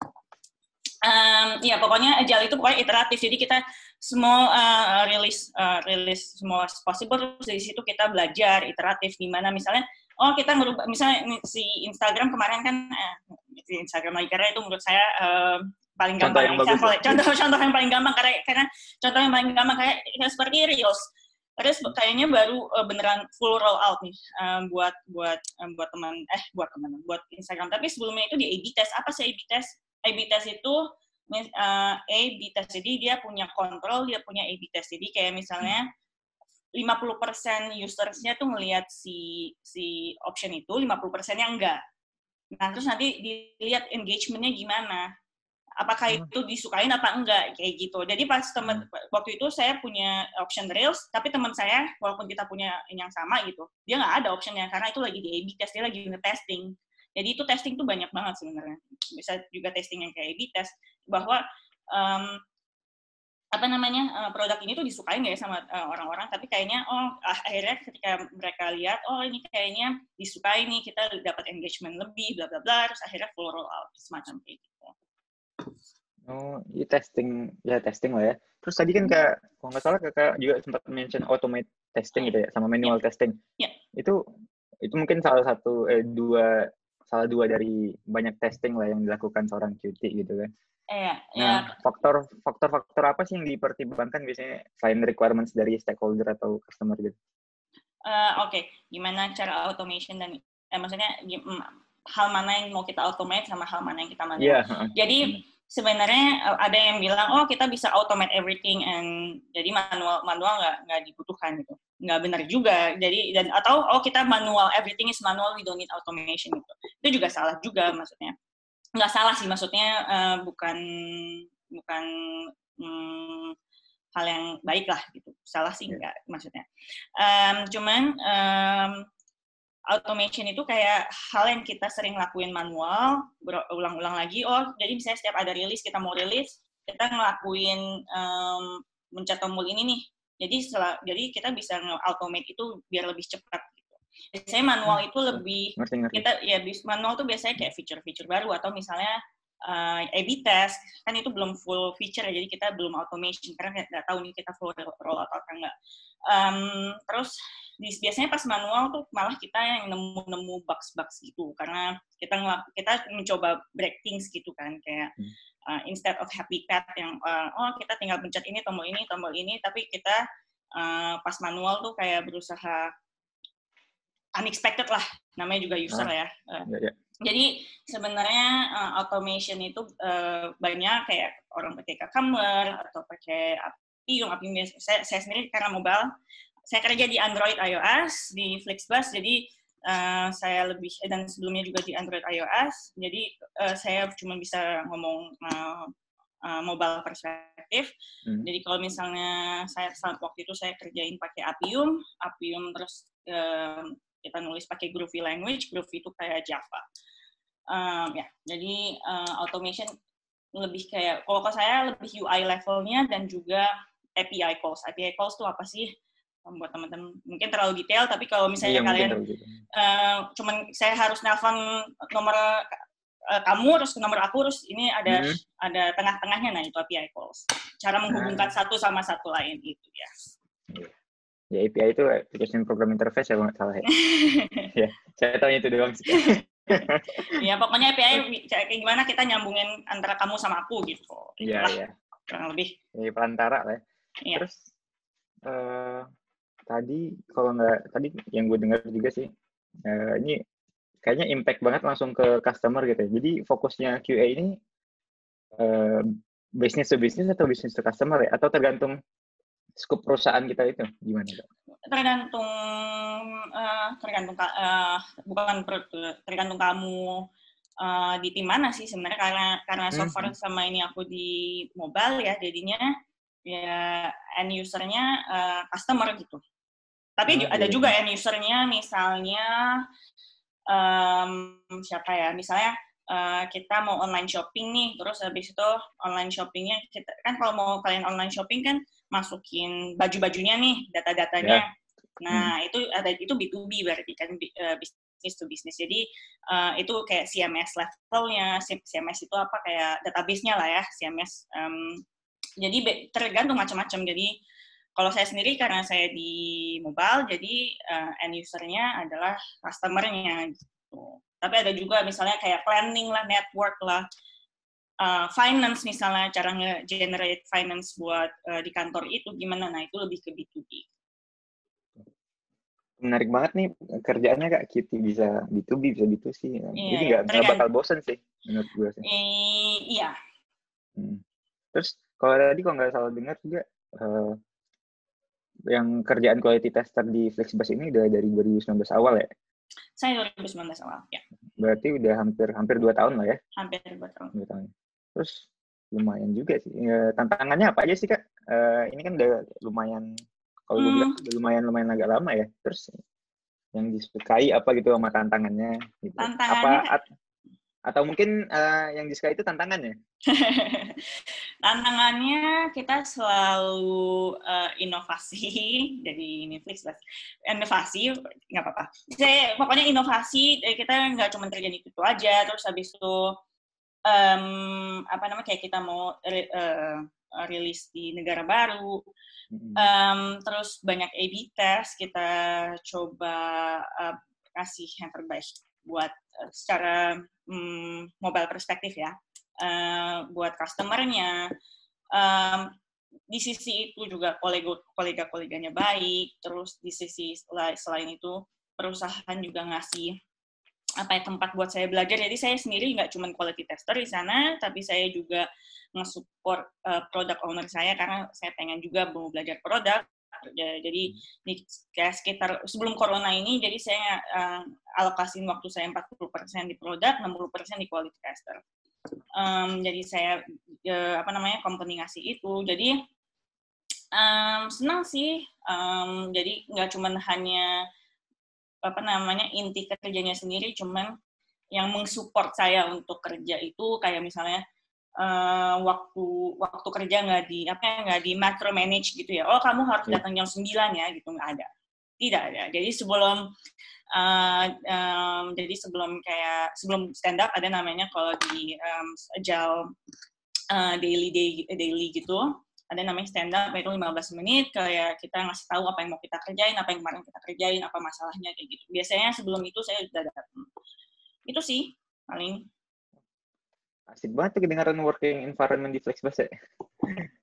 Um, ya pokoknya agile itu pokoknya iteratif. Jadi kita small uh, release uh, release small as possible. Terus dari situ kita belajar iteratif gimana misalnya oh kita merubah misalnya si Instagram kemarin kan eh, si Instagram lagi karena itu menurut saya uh, paling gampang contoh yang example, contoh contoh yang paling gampang karena karena contoh yang paling gampang kayak ya, seperti Reels. Terus kayaknya baru uh, beneran full roll out nih um, buat buat um, buat teman eh buat teman buat Instagram. Tapi sebelumnya itu di A B test. Apa sih A B test? A B test itu uh, A B test, jadi dia punya kontrol, dia punya A B test. Jadi kayak misalnya lima puluh persen usersnya tuh ngelihat si si option itu, lima puluh persennya enggak. Nah, terus nanti dilihat engagement-nya gimana. Apakah itu disukain apa enggak, kayak gitu. Jadi pas temen, waktu itu saya punya option Reels, tapi teman saya, walaupun kita punya yang sama gitu, dia nggak ada optionnya, karena itu lagi di A B test, dia lagi nge-testing. Jadi itu testing tuh banyak banget sebenarnya. Bisa juga testing yang kayak A B test bahwa um, apa namanya uh, produk ini tuh disukai nggak ya sama uh, orang-orang. Tapi kayaknya oh akhirnya ketika mereka lihat oh ini kayaknya disukai nih, kita dapat engagement lebih, bla bla bla. Terus akhirnya full roll out semacam kayak gitu. Oh, ini testing ya testing lah ya. Terus tadi kan kak, kalau nggak salah kakak juga sempat mention automate testing gitu ya, sama manual yeah. testing. Yeah. Itu itu mungkin salah satu eh, dua salah dua dari banyak testing lah yang dilakukan seorang Q T gitu kan. Eh, nah, ya. faktor faktor-faktor apa sih yang dipertimbangkan biasanya selain requirements dari stakeholder atau customer gitu? Uh, Oke, okay. Gimana cara automation dan eh, maksudnya hal mana yang mau kita automate sama hal mana yang kita manual. Yeah. Jadi sebenarnya ada yang bilang oh kita bisa automate everything and jadi manual manual nggak nggak dibutuhkan gitu. Nggak benar juga. Jadi dan atau oh kita manual everything is manual we don't need automation gitu. Itu juga salah juga maksudnya. Nggak salah sih maksudnya uh, bukan bukan hmm, hal yang baik lah gitu. Salah sih enggak maksudnya. Um, cuman um, automation itu kayak hal yang kita sering lakuin manual, berulang-ulang lagi. Oh, jadi misalnya setiap ada rilis, kita mau rilis, kita ngelakuin um, mencet tombol ini nih. Jadi setelah, jadi kita bisa nge-automate itu biar lebih cepat. Gitu. Biasanya manual itu lebih, ngerti, ngerti. kita ya manual tuh biasanya kayak feature-feature baru atau misalnya uh, A B test, kan itu belum full feature ya, jadi kita belum automation karena nggak tahu nih kita full roll out atau enggak. Um, terus biasanya pas manual tuh malah kita yang nemu-nemu bugs-bugs gitu karena kita ngelak, kita mencoba break things gitu kan kayak uh, instead of happy path yang uh, oh kita tinggal pencet ini tombol ini tombol ini tapi kita uh, pas manual tuh kayak berusaha unexpected lah namanya juga user ah, ya. Uh, ya, ya. Jadi sebenarnya uh, automation itu uh, banyak kayak orang pakai Cucumber atau pakai Appium, Appium saya, saya sendiri karena mobile. Saya kerja di Android iOS, di Flixbus, jadi uh, saya lebih dan sebelumnya juga di Android iOS. Jadi uh, saya cuma bisa ngomong uh, uh, mobile perspektif. Hmm. Jadi kalau misalnya saya waktu itu saya kerjain pakai Appium, Appium terus uh, kita nulis pakai Groovy language, Groovy itu kayak Java. Um, ya, jadi uh, automation lebih kayak, kalau ke saya lebih U I levelnya dan juga A P I calls. A P I calls itu apa sih? Buat teman-teman mungkin terlalu detail, tapi kalau misalnya iya, kalian uh, cuman saya harus nelpon nomor uh, kamu, terus ke nomor aku, terus ini ada hmm. ada tengah-tengahnya, nah itu A P I calls. Cara menghubungkan nah. satu sama satu lain itu ya. Ya, A P I itu Application Program Interface ya, kalau nggak salah ya. Ya, saya tahu itu doang sih. Ya, pokoknya A P I kayak gimana kita nyambungin antara kamu sama aku gitu. Iya, iya. Kurang lebih. Ini perantara lah ya. Ya. Terus, uh, tadi kalau nggak, tadi yang gue dengar juga sih, uh, ini kayaknya impact banget langsung ke customer gitu ya. Jadi fokusnya Q A ini uh, business to business atau business to customer ya? Atau tergantung scope perusahaan kita itu gimana, Pak? Tergantung uh, tergantung uh, bukan tergantung kamu uh, di tim mana sih sebenarnya, karena karena so far hmm. sama ini aku di mobile ya, jadinya ya end usernya uh, customer gitu. Tapi oh, ada iya. juga end usernya misalnya um, siapa ya, misalnya Uh, kita mau online shopping nih, terus habis itu online shoppingnya kita kan, kalau mau kalian online shopping kan masukin baju-bajunya nih, data-datanya. Yeah. Nah, hmm. itu ada itu B to B berarti kan, uh, business to business. Jadi uh, itu kayak C M S levelnya. C M S itu apa, kayak database-nya lah ya, C M S. Um, jadi tergantung macam-macam. Jadi kalau saya sendiri karena saya di mobile, jadi uh, end user-nya adalah customer-nya gitu. Tapi ada juga misalnya kayak planning lah, network lah, uh, finance misalnya, cara nge-generate finance buat uh, di kantor itu gimana, nah itu lebih ke B to B. Menarik banget nih kerjaannya Kak, Kitty bisa B to B, bisa B to C. Iya, jadi nggak tergan- bakal bosen sih menurut gue sih. I- iya. Hmm. Terus kalau tadi kalau nggak salah dengar juga, uh, yang kerjaan quality tester di Flexbus ini udah dari dua ribu sembilan belas awal ya? Saya dua ribu sembilan belas awal, ya. Berarti udah hampir hampir dua tahun lah ya? Hampir dua tahun. Dua tahun. Terus lumayan juga sih. Ya, tantangannya apa aja sih Kak? Uh, ini kan udah lumayan, kalau hmm. gue bilang udah lumayan lumayan agak lama ya. Terus yang disukai apa gitu sama tantangannya? Gitu. Tantangannya apa? At- atau mungkin uh, yang disukai itu tantangannya? Tantangannya kita selalu uh, inovasi, jadi ini Flexbus, inovasi nggak apa-apa. Saya pokoknya inovasi, kita nggak cuma kerjaan itu aja. Terus habis itu um, apa namanya kayak kita mau uh, rilis di negara baru, um, terus banyak A B test, kita coba uh, kasih yang terbaik buat uh, secara um, mobile perspektif ya. Uh, buat customer-nya, um, di sisi itu juga kolega-koleganya baik, terus di sisi selain itu perusahaan juga ngasih apa ya, tempat buat saya belajar. Jadi saya sendiri nggak cuma quality tester di sana, tapi saya juga nge-support uh, product owner saya karena saya pengen juga mau belajar produk. Jadi di kayak sekitar sebelum corona ini, jadi saya uh, alokasiin waktu saya empat puluh persen di produk, enam puluh persen di quality tester. Um, jadi saya uh, apa namanya company ngasih itu, jadi um, senang sih. Um, jadi nggak cuman hanya apa namanya inti kerjanya sendiri, cuman yang mensupport saya untuk kerja itu kayak misalnya uh, waktu waktu kerja nggak di apa nggak di macro manage gitu ya. Oh kamu harus datang jam sembilan ya gitu, nggak ada, tidak ada. Jadi sebelum Uh, um, jadi sebelum kayak sebelum stand up ada namanya kalau di um, agile uh, daily day daily gitu ada namanya stand up, itu lima belas menit kayak kita ngasih tahu apa yang mau kita kerjain, apa yang kemarin kita kerjain, apa masalahnya kayak gitu. Biasanya sebelum itu saya udah datang. Itu sih paling. Asik banget tuh kedengaran working environment di Flexbus ya.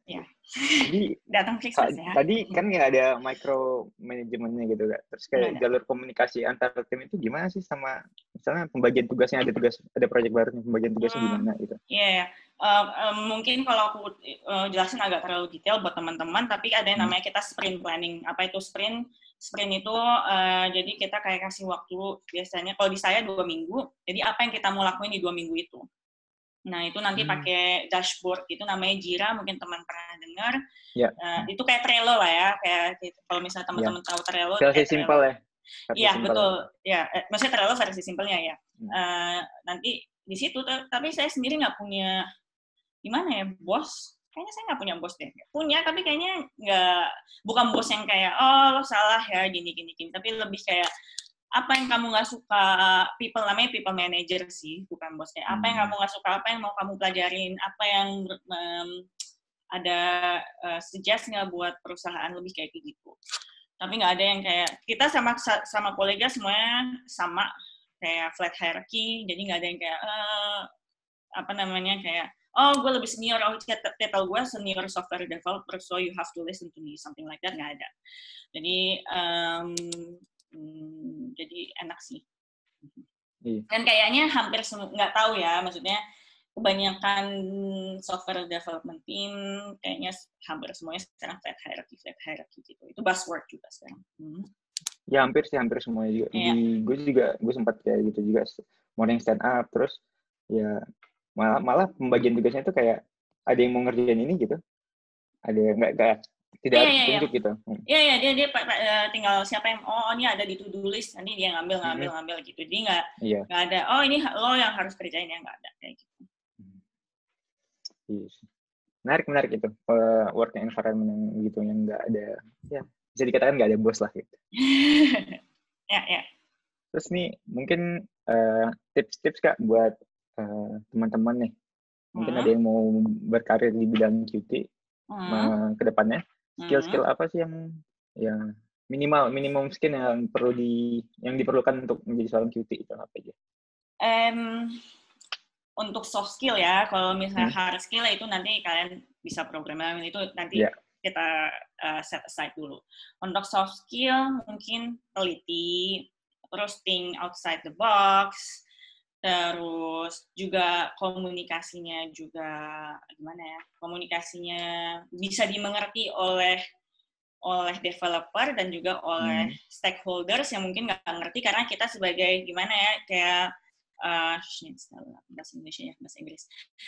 Ya. Jadi datang fix ya. Tadi kan nggak ada micro manajemennya gitu kan. Terus kayak Nggak ada. jalur komunikasi antar tim itu gimana sih, sama misalnya pembagian tugasnya, ada tugas ada proyek baru nih, pembagian tugasnya Hmm. gimana gitu. Iya, yeah. uh, um, mungkin kalau aku uh, jelasin agak terlalu detail buat teman-teman, tapi ada yang namanya kita sprint planning. Apa itu sprint? Sprint itu uh, jadi kita kayak kasih waktu, biasanya kalau di saya dua minggu, jadi apa yang kita mau lakuin di dua minggu itu. Nah, itu nanti hmm. pakai dashboard, itu namanya Jira, mungkin teman pernah dengar. Yeah. Uh, itu kayak Trello lah ya, kayak gitu. Kalau misalnya teman-teman yeah. tahu Trello. Versi simpel ya. Iya, betul. Ya, eh, maksudnya Trello versi simpelnya ya. Hmm. Uh, nanti di situ, tapi saya sendiri nggak punya, gimana ya, bos. Kayaknya saya nggak punya bos deh. Punya, tapi kayaknya nggak, bukan bos yang kayak, oh, lo salah ya, gini, gini, gini. Tapi lebih kayak, apa yang kamu nggak suka, people, namanya people manager sih, bukan bosnya. Apa yang kamu nggak suka, apa yang mau kamu pelajarin, apa yang um, ada uh, suggest nggak buat perusahaan, lebih kayak gitu. Tapi nggak ada yang kayak, kita sama sama kolega semuanya sama, kayak flat hierarchy, jadi nggak ada yang kayak, uh, apa namanya, kayak, oh, gue lebih senior, oh, title gue senior software developer, so you have to listen to me, something like that, nggak ada. Jadi, um, Hmm, jadi enak sih. Iya. Dan kayaknya hampir semua, nggak tahu ya, maksudnya kebanyakan software development team kayaknya hampir semuanya sekarang flat hierarchy, flat hierarchy gitu. Itu buzzword juga sekarang. Hmm. Ya hampir sih, hampir semuanya juga. Yeah. Di, gue juga, gue sempat kayak gitu juga, morning stand up, terus ya malah, malah pembagian tugasnya itu kayak ada yang mau ngerjain ini gitu, ada yang nggak kayak tidak harus ditunjuk gitu. Iya, iya, dia dia tinggal siapa yang, oh ini ada di to-do list, nanti dia ngambil, ngambil, hmm. ngambil gitu. Jadi nggak yeah. nggak ada, oh ini lo yang harus kerjain, ya nggak ada kayak gitu. Yes. Menarik, menarik itu. Uh, working environment yang gitu, yang nggak ada, ya bisa dikatakan nggak ada bos lah gitu. Ya, ya. Terus nih, mungkin uh, tips-tips Kak buat uh, teman-teman nih. Mungkin hmm. ada yang mau berkarir di bidang Q T hmm. ke depannya. Skill-skill apa sih yang ya minimal minimum skill yang perlu di yang diperlukan untuk menjadi seorang Q T itu apa aja? Um, untuk soft skill ya, kalau misalnya hmm. hard skill itu nanti kalian bisa programming, itu nanti yeah. kita uh, set aside dulu. Untuk soft skill mungkin teliti, terus think outside the box, terus juga komunikasinya juga gimana ya, komunikasinya bisa dimengerti oleh oleh developer dan juga oleh hmm. stakeholders yang mungkin nggak ngerti, karena kita sebagai gimana ya, kayak uh, bahasa Indonesia ya, bahasa Inggris,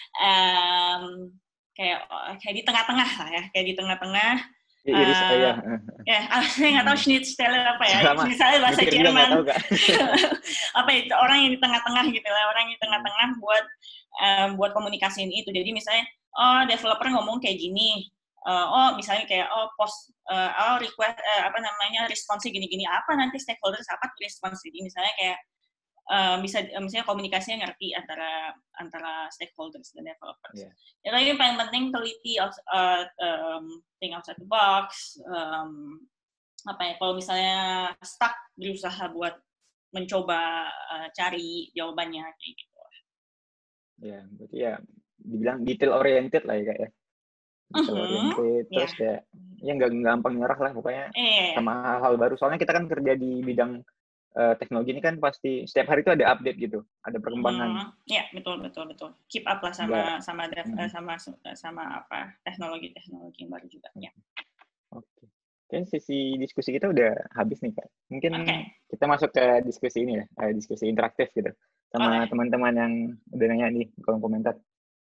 um, kayak kayak di tengah-tengah lah ya, kayak di tengah-tengah. Iris, uh, ya. Ya, saya nggak tahu Schnittstelle apa ya. Sama. Misalnya bahasa Mikir Jerman. Tahu, apa itu, orang yang di tengah-tengah gitu lah, orang yang di tengah-tengah buat uh, buat komunikasiin itu. Jadi misalnya, oh developer ngomong kayak gini, uh, oh misalnya kayak oh post, uh, oh request uh, apa namanya responsnya gini-gini, apa nanti stakeholders apa respons jadi misalnya kayak Uh, bisa uh, misalnya komunikasinya ngerti antara antara stakeholders dan developers. Yeah. Ya, tapi yang paling penting teliti, uh, um, think outside the box. Um, apa ya? Kalau misalnya stuck, berusaha buat mencoba uh, cari jawabannya kayak gitu. Ya, berarti ya dibilang detail oriented lah ya kak ya. Detail uh-huh. oriented, terus yeah. kayak ya nggak gampang nyerah lah pokoknya yeah. sama hal-hal baru. Soalnya kita kan kerja di bidang Uh, teknologi ini kan pasti setiap hari itu ada update gitu, ada perkembangan. Iya, hmm, betul betul betul. Keep up lah sama ya. sama dev, hmm. sama sama apa teknologi-teknologi yang baru juga. Ya. Oke. Okay. Oke, sesi diskusi kita udah habis nih Kak. Mungkin okay. kita masuk ke diskusi ini ya, uh, diskusi interaktif gitu, sama okay. teman-teman yang udah nanya nih di kolom komentar.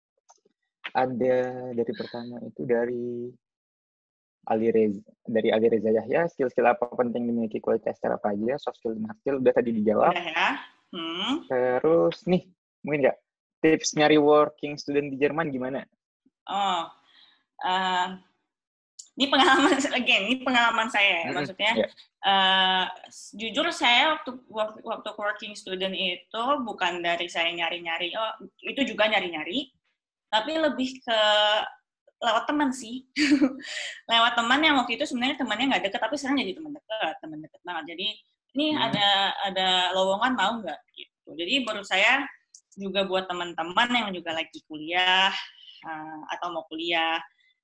Ada dari pertama itu dari Ali Reza, dari Ali Reza Yahya, skill-skill apa penting dimiliki kualitas apa aja, soft skill dan hard skill udah tadi dijawab. Udah ya. Hmm. Terus nih, mungkin nggak tips nyari working student di Jerman gimana? Oh, uh, ini pengalaman again, ini pengalaman saya, mm-hmm. maksudnya yeah. uh, jujur saya waktu waktu working student itu bukan dari saya nyari-nyari, oh itu juga nyari-nyari, tapi lebih ke lewat teman sih, lewat teman yang waktu itu sebenarnya temannya nggak deket, tapi sekarang jadi teman dekat, teman dekat banget. Jadi ini hmm. ada ada lowongan mau nggak gitu. Jadi menurut saya juga buat teman-teman yang juga lagi kuliah uh, atau mau kuliah,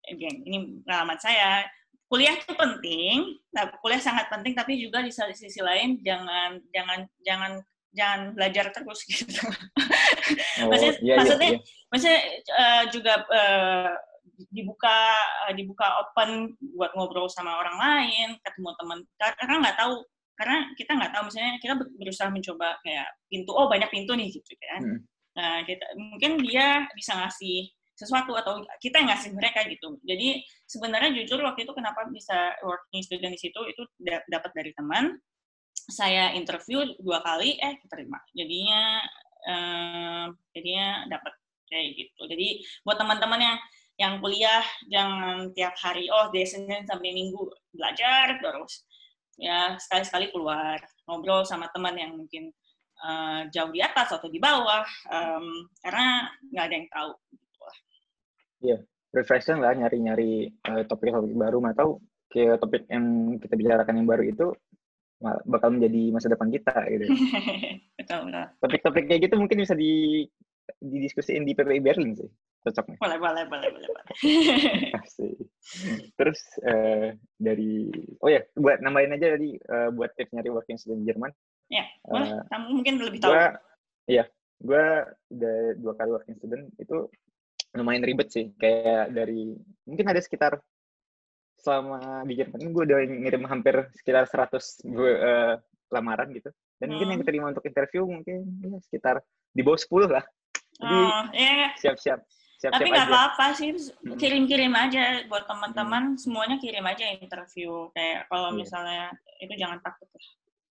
again, ini pengalaman saya, kuliah itu penting, nah, kuliah sangat penting, tapi juga di sisi lain jangan jangan jangan jangan belajar terus gitu. Oh, maksudnya iya, maksudnya, iya, iya. maksudnya uh, juga uh, dibuka uh, dibuka open buat ngobrol sama orang lain, ketemu teman, karena nggak tahu, karena kita nggak tahu, misalnya kita berusaha mencoba kayak pintu, oh banyak pintu nih gitu kan. Hmm. Nah, kita mungkin dia bisa ngasih sesuatu atau kita yang ngasih mereka gitu. Jadi sebenarnya jujur waktu itu kenapa bisa working student di situ itu dapat dari teman. Saya interview dua kali, eh terima. Jadinya eh, jadinya dapat kayak gitu. Jadi buat teman-teman yang yang kuliah jangan tiap hari oh dari Senin sampai Minggu belajar terus. Ya sekali-sekali keluar ngobrol sama teman yang mungkin uh, jauh di atas atau di bawah, um, karena nggak ada yang tahu. Iya, yeah, refreshing lah nyari-nyari uh, topik-topik baru, atau kayak topik yang kita bicarakan yang baru itu bakal menjadi masa depan kita gitu. Betul, betul. Topik-topik kayak gitu mungkin bisa di didiskusiin di P P I Berlin sih, cocok nih. Boleh, boleh, boleh, boleh. Asik. Terus uh, dari, oh ya, buat nambahin aja tadi uh, buat tips nyari working student di Jerman. Ya, boleh. Uh, Kamu mungkin lebih tahu. Gua, iya, gue udah dua kali working student itu lumayan ribet sih, kayak dari mungkin ada sekitar selama di Jerman gue udah ngirim hampir sekitar seratus uh, lamaran gitu, dan hmm. mungkin yang diterima untuk interview mungkin ya, sekitar di bawah sepuluh lah. Jadi oh, yeah. siap-siap siap-siap tapi nggak apa-apa sih, hmm. kirim-kirim aja buat teman-teman, hmm. semuanya kirim aja interview, kayak kalau yeah. misalnya itu jangan takut lah.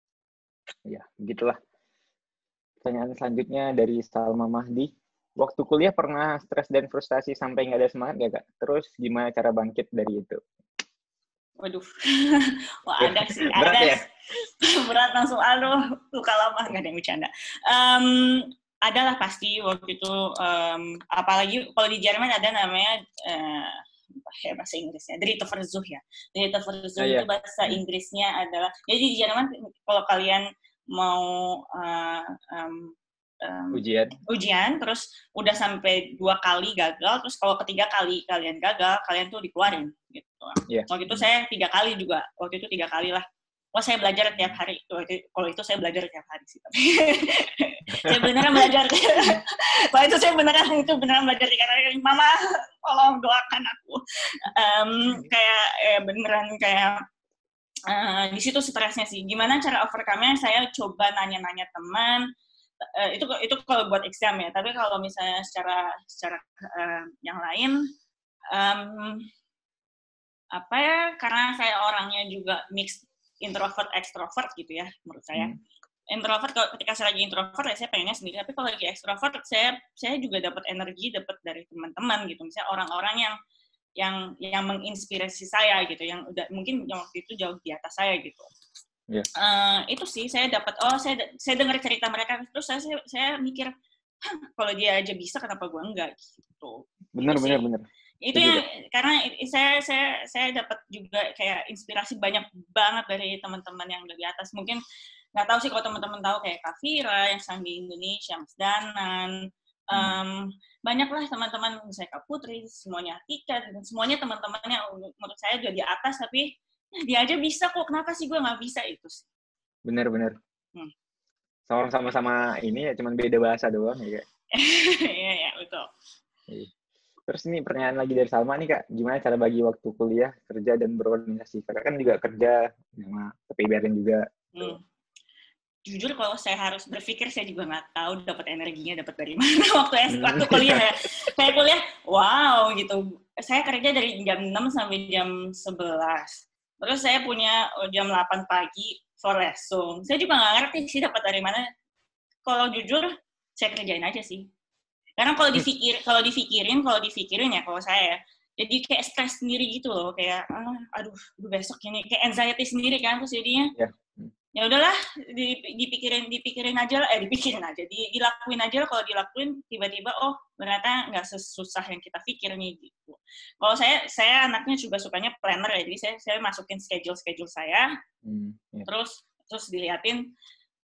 Ya begitulah. Pertanyaan selanjutnya dari Salma Mahdi. Waktu kuliah pernah stres dan frustasi sampai nggak ada semangat nggak, Kak? Terus gimana cara bangkit dari itu? Waduh, wah ada sih, ada. Berat ya? Berat langsung, aduh, luka lama, nggak ada yang bercanda. Um, adalah pasti waktu itu, um, apalagi kalau di Jerman ada namanya, uh, ya bahasa Inggrisnya, Drittversuch ya. Drittversuch oh, iya. itu bahasa Inggrisnya adalah, jadi di Jerman kalau kalian mau uh, um, Um, ujian ujian terus udah sampai dua kali gagal, terus kalau ketiga kali kalian gagal, kalian tuh dikeluarin gitu. Yeah. Waktu itu saya tiga kali juga, waktu itu tiga kali lah. Wah, saya belajar tiap hari. Kalau itu saya belajar tiap hari sih. Saya beneran belajar. Kalau itu saya beneran itu beneran belajar tiap hari. Mama, tolong doakan aku. Um, kayak eh, beneran kayak uh, di situ stresnya sih. Gimana cara overcome-nya? Saya coba nanya-nanya teman. Uh, itu itu kalau buat exam ya, tapi kalau misalnya secara secara uh, yang lain um, apa ya, karena saya orangnya juga mix introvert extrovert gitu ya menurut saya. Hmm. Introvert kalau ketika saya lagi introvert ya saya pengennya sendiri, tapi kalau lagi extrovert saya saya juga dapat energi, dapat dari teman-teman gitu, misalnya orang-orang yang yang yang menginspirasi saya gitu, yang udah mungkin yang waktu itu jauh di atas saya gitu. Yeah. Uh, itu sih saya dapat, oh saya saya dengar cerita mereka, terus saya saya, saya mikir, kalau dia aja bisa kenapa gue enggak gitu. Benar itu benar sih. benar. Itu yang karena saya saya saya dapat juga kayak inspirasi banyak banget dari teman-teman yang dari atas. Mungkin nggak tahu sih kalau teman-teman tahu kayak Kak Fira yang sekarang di Indonesia, Mas Danan, um, hmm. banyaklah teman-teman, saya Kak Putri, semuanya Tika, dan semuanya teman-teman yang menurut saya udah di atas, tapi dia aja bisa kok, kenapa sih gue nggak bisa, itu sih. Bener-bener. Hmm. Orang sama-sama ini ya, cuman beda bahasa doang ya. Iya, ya, betul. Terus ini pertanyaan lagi dari Salma nih, Kak. Gimana cara bagi waktu kuliah, kerja, dan berorganisasi? Kakak kan juga kerja sama P P I Berlin juga. Hmm. Jujur kalau saya harus berpikir, saya juga nggak tahu dapat energinya dapat dari mana waktu es, waktu kuliah ya. Saya kuliah, wow gitu. Saya kerja dari jam enam sampai jam sebelas. Terus saya punya jam delapan pagi for lesson. Saya juga nggak ngerti sih dapat dari mana. Kalau jujur, saya kerjain aja sih. Karena kalau dipikir, kalau dipikirin, kalau dipikirin ya, kalau saya, jadi kayak stres sendiri gitu loh, kayak, ah, aduh, besok ini kayak anxiety sendiri kan, terus jadinya, ya, ya udahlah, dipikirin, dipikirin aja lah, eh dipikirin aja, dilakuin aja lah. Kalau dilakuin, tiba-tiba, oh, ternyata nggak sesusah yang kita pikir nih gitu. Kalau saya, saya anaknya juga sukanya planner ya, jadi saya, saya masukin schedule-schedule saya, hmm, ya. terus, terus diliatin.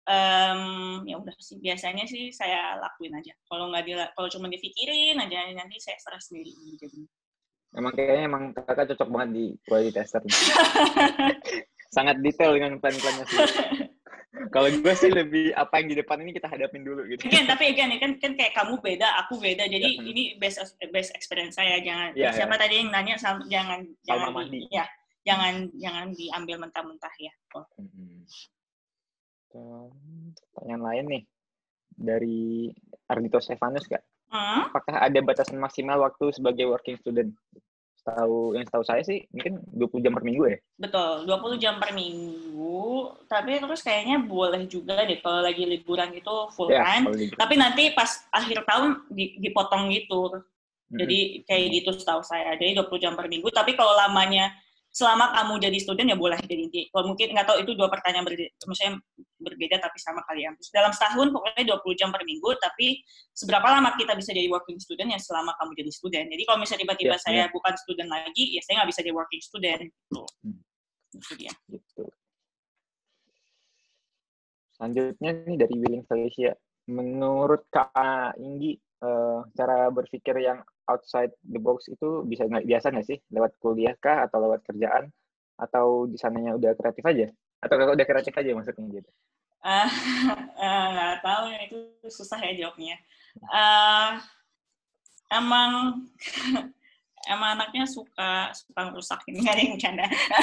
Um, ya udah sih, biasanya sih saya lakuin aja. Kalau nggak, kalau cuma dipikirin aja, nanti saya stres sendiri jadinya. Emang kayaknya emang kakak cocok banget di quality tester. Sangat detail dengan plan-plannya sih. Kalau gue sih lebih apa yang di depan ini kita hadapin dulu gitu. Again, tapi again kan kan kayak kamu beda, aku beda. Jadi Ya. ini best best experience saya. Jangan Ya, siapa ya. tadi yang nanya sama, jangan jangan Salma di, Mahdi. ya jangan jangan diambil mentah-mentah ya. Oh. Hmm. Pertanyaan lain nih dari Ardito Stefanus kak. Hmm? Apakah ada batasan maksimal waktu sebagai working student? Tahu yang setahu saya sih mungkin dua puluh jam per minggu ya. Betul, dua puluh jam per minggu. Tapi terus kayaknya boleh juga deh kalau lagi liburan itu full Ya, time. kalau liburan. Tapi nanti pas akhir tahun dipotong gitu. Jadi kayak Mm-hmm. gitu setahu saya. Jadi dua puluh jam per minggu. Tapi kalau lamanya selama kamu jadi student ya boleh jadi inti. Kalau mungkin nggak tahu itu dua pertanyaan berbeda, maksudnya berbeda tapi sama kalian. Terus dalam setahun pokoknya dua puluh jam per minggu. Tapi seberapa lama kita bisa jadi working student ya selama kamu jadi student. Jadi kalau misalnya tiba-tiba Ya, saya ya. bukan student lagi, ya saya nggak bisa jadi working student. Gitu. Hmm. Itu dia. Gitu. Selanjutnya nih dari Willing Felicia. Menurut Kak Inggi, uh, cara berpikir yang outside the box itu bisa nggak biasa nggak sih? Lewat kuliah kah atau lewat kerjaan? Atau di sananya udah kreatif aja? Atau kakak udah kreatif aja maksudnya gitu? Uh, uh, nggak tahu, itu susah ya jawabnya. Uh, emang emang anaknya suka suka merusak ini, nggak ada yang bercanda.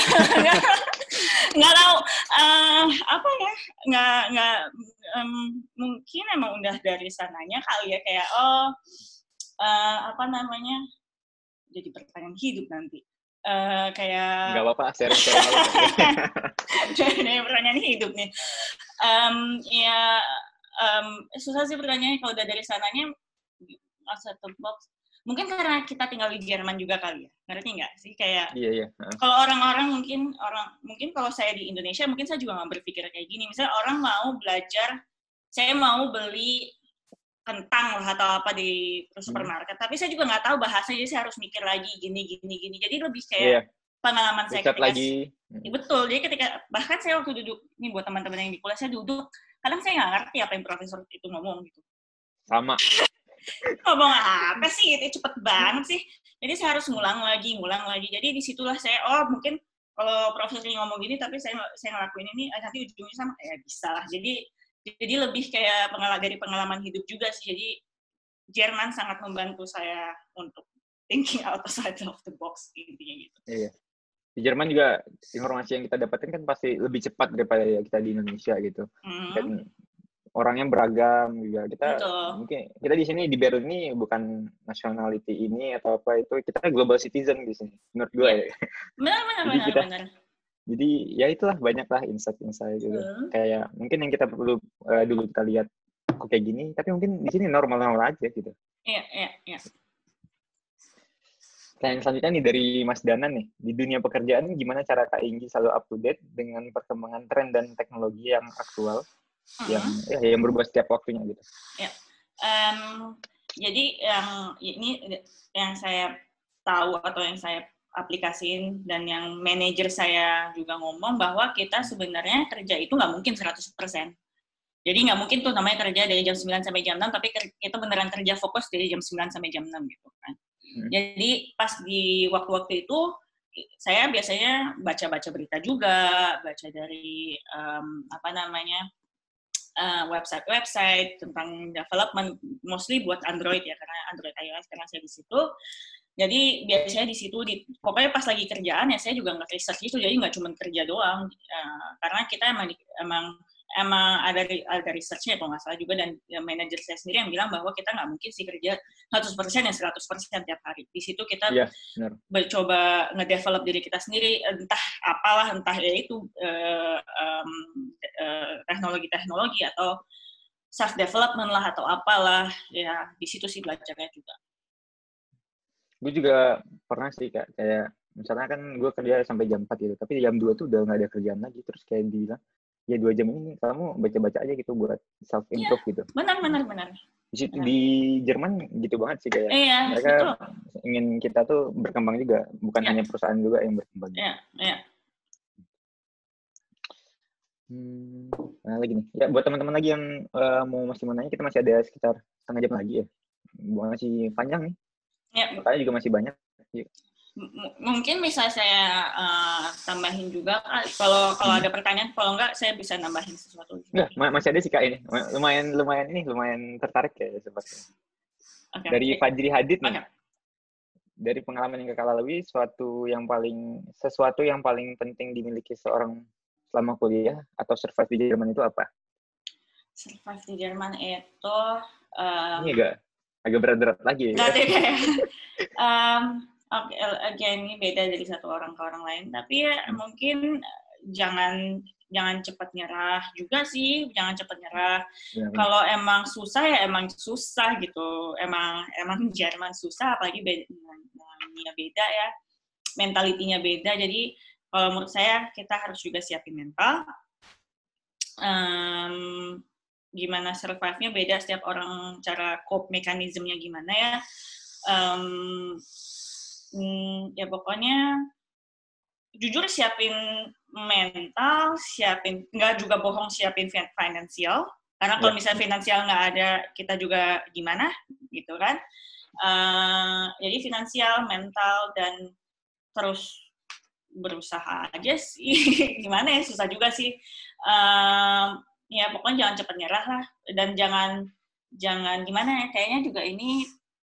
Nggak tahu uh, apa ya, nggak nggak um, mungkin emang udah dari sananya kali ya, kayak oh uh, apa namanya, jadi pertanyaan hidup nanti. Uh, kayak nggak apa-apa, sharing-sharing aja. Jadi pertanyaan hidup nih. Um, ya um, susah sih pertanyaannya kalau udah dari sananya outside the box. Mungkin karena kita tinggal di Jerman juga kali ya, ngerti nggak sih kayak iya, iya. Uh. Kalau orang-orang mungkin orang mungkin kalau saya di Indonesia mungkin saya juga nggak berpikir kayak gini. Misalnya orang mau belajar, saya mau beli kentang lah atau apa di supermarket, hmm. tapi saya juga nggak tahu bahasanya, jadi saya harus mikir lagi gini gini gini. Jadi lebih kayak yeah. pengalaman saya Riset ketika lagi. Ya, betul. Jadi ketika bahkan saya waktu duduk ini buat teman-teman yang di kuliah, saya duduk kadang saya nggak ngerti apa yang profesor itu ngomong gitu. Sama. Ngomong apa sih itu, cepet banget sih. Jadi saya harus ngulang lagi, ngulang lagi. Jadi disitulah saya, oh mungkin kalau profesor ngomong gini, tapi saya saya ngelakuin ini, nanti ujungnya sama, ya bisa lah. Jadi jadi lebih kayak pengalaman dari pengalaman hidup juga sih. Jadi Jerman sangat membantu saya untuk thinking outside of the box intinya gitu. Iya. Di Jerman juga informasi yang kita dapatin kan pasti lebih cepat daripada kita di Indonesia gitu. Mm-hmm. Dan orangnya beragam juga. Kita Betul. mungkin kita di sini di Berlin ini bukan nationality ini atau apa itu, kita global citizen di sini menurut gue yeah. ya. Benar benar jadi benar kita, benar. Jadi ya itulah banyaklah insight-insight gitu. Hmm. Kayak mungkin yang kita perlu uh, dulu kita lihat kok kayak gini, tapi mungkin di sini normal-normal aja gitu. Iya, iya, iya. Yang selanjutnya nih dari Mas Danan nih, di dunia pekerjaan gimana cara Kak Inggi selalu up to date dengan perkembangan tren dan teknologi yang aktual? Uh-huh. yang ya, yang berubah setiap waktunya gitu. Ya, um, jadi yang ini yang saya tahu atau yang saya aplikasiin dan yang manajer saya juga ngomong bahwa kita sebenarnya kerja itu nggak mungkin seratus persen. Jadi nggak mungkin tuh namanya kerja dari jam sembilan sampai jam enam, tapi kita beneran kerja fokus dari jam sembilan sampai jam enam gitu kan. Hmm. Jadi pas di waktu-waktu itu saya biasanya baca-baca berita juga, baca dari um, apa namanya Uh, website-website tentang development, mostly buat Android ya, karena Android iOS karena saya di situ. Jadi biasanya di situ, di, pokoknya pas lagi kerjaan ya saya juga nggak research itu, jadi nggak cuma kerja doang, uh, karena kita emang emang emang ada ada researchnya kalau nggak salah juga, dan ya, manajer saya sendiri yang bilang bahwa kita nggak mungkin sih kerja seratus persen ya seratus persen tiap hari. Di situ kita yeah, mencoba ngedevelop diri kita sendiri, entah apalah, entah ya itu uh, um, uh, teknologi-teknologi atau self development lah atau apalah, ya di situ sih belajarnya juga. Gue juga pernah sih Kak, kayak misalnya kan gue kerja sampai jam empat gitu, tapi jam dua tuh udah nggak ada kerjaan lagi, terus kayak dibilang ya dua jam ini kamu baca-baca aja gitu buat self improve ya, gitu. Benar benar benar. Di situ di Jerman gitu banget sih kayak iya, mereka betul. ingin kita tuh berkembang juga, bukan ya. hanya perusahaan juga yang berkembang. Iya, iya. Hmm, nah lagi nih. Ya buat teman-teman lagi yang uh, mau masih mau nanya, kita masih ada sekitar setengah jam lagi ya. Masih panjang nih. Iya. Makanya juga masih banyak. M- mungkin bisa saya uh, tambahin juga kalau kalau hmm. ada pertanyaan, kalau enggak saya bisa nambahin sesuatu. Enggak, masih ada sih Kak ini. Lumayan lumayan ini lumayan tertarik ya seperti. Okay, dari okay. Fajri Hadid nih. Okay. Dari pengalaman yang Kakak lalui, suatu yang paling sesuatu yang paling penting dimiliki seorang selama kuliah atau survive di Jerman itu apa? Survive di Jerman itu um, ini agak agak berat-berat lagi ya. Nanti kayak um, Oke, okay, again ini beda dari satu orang ke orang lain, tapi ya hmm. mungkin jangan jangan cepat nyerah juga sih, jangan cepat nyerah. Ya, kalau ya. Emang susah ya emang susah gitu, emang emang Jerman susah, apalagi beda, beda ya, mentalitinya beda. Jadi kalau menurut saya kita harus juga siapin mental. Um, gimana survive-nya beda setiap orang, cara cope mekanismenya gimana ya. Um, Hmm, ya pokoknya jujur siapin mental, siapin nggak juga bohong siapin finansial, karena kalau misalnya finansial nggak ada kita juga gimana gitu kan. Uh, jadi finansial, mental, dan terus berusaha aja sih. Gimana ya, susah juga sih. Uh, ya pokoknya jangan cepat nyerah lah, dan jangan jangan gimana ya, kayaknya juga ini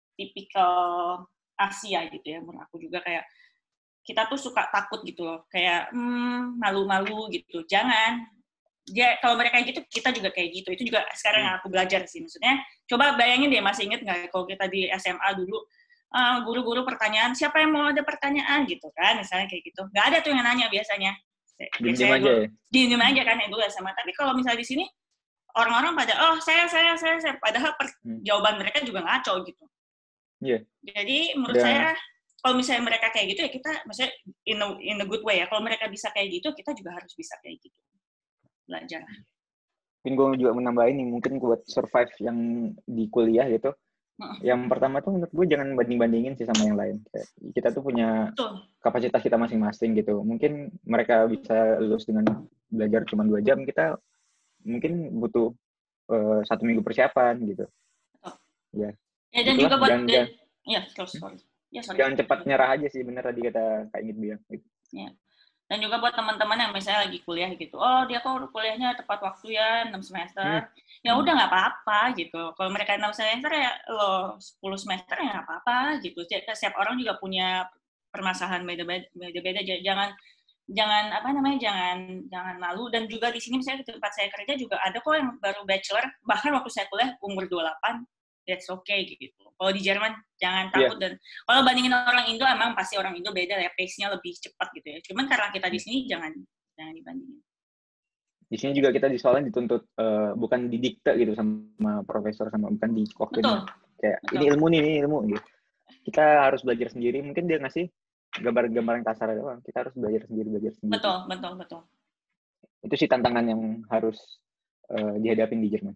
tipikal Asia gitu ya, menurut aku juga kayak kita tuh suka takut gitu loh, kayak hmm, malu-malu gitu. Jangan, dia kalau mereka kayak gitu kita juga kayak gitu. Itu juga sekarang yang aku belajar sih, maksudnya coba bayangin deh, masih inget nggak kalau kita di S M A dulu uh, guru-guru pertanyaan siapa yang mau ada pertanyaan gitu kan, misalnya kayak gitu, nggak ada tuh yang nanya biasanya. Diem aja ya? Diem aja kan ya dulu S M A. Tapi kalau misalnya di sini orang-orang pada oh saya saya saya saya, padahal per- hmm. jawaban mereka juga ngaco gitu. Iya. Yeah. Jadi menurut Dan, saya kalau misalnya mereka kayak gitu ya kita, maksudnya in a, in a good way ya. Kalau mereka bisa kayak gitu, kita juga harus bisa kayak gitu. Belajar. Mungkin gue juga menambahin nih, mungkin buat survive yang di kuliah gitu. Uh-uh. Yang pertama tuh menurut gue jangan banding-bandingin sih sama yang lain. Kita tuh punya Betul. kapasitas kita masing-masing gitu. Mungkin mereka bisa lulus dengan belajar cuma dua jam, kita mungkin butuh uh, satu minggu persiapan gitu. Betul. Ya. Ya, dan juga buat dan, dan, ya, terus, sorry. Ya, sorry. Jangan cepat nyerah aja sih, bener tadi kata Kak Ingrid bilang. Gitu. Ya. Dan juga buat teman-teman yang misalnya lagi kuliah gitu, oh dia kok kuliahnya tepat waktu ya, enam semester, hmm. ya udah nggak apa-apa gitu. Kalau mereka enam semester ya lo sepuluh semester ya nggak apa-apa gitu. Setiap orang juga punya permasalahan beda-beda. Jangan jangan apa namanya jangan jangan malu. Dan juga di sini misalnya di tempat saya kerja juga ada kok yang baru bachelor, bahkan waktu saya kuliah umur dua puluh delapan, that's okay gitu. Kalau di Jerman jangan takut. Yeah. Dan kalau bandingin orang Indo, emang pasti orang Indo beda ya, pace-nya lebih cepat gitu ya. Cuman karena kita di sini jangan jangan dibandingin. Di sini juga kita di sekolah dituntut uh, bukan didikte gitu sama profesor, sama bukan di kokpit kayak Betul. ini ilmu nih, ini ilmu gitu. Kita harus belajar sendiri. Mungkin dia ngasih gambar-gambar yang kasar doang. Kita harus belajar sendiri, belajar sendiri. Betul, betul, betul. Itu sih tantangan yang harus uh, dihadapin di Jerman.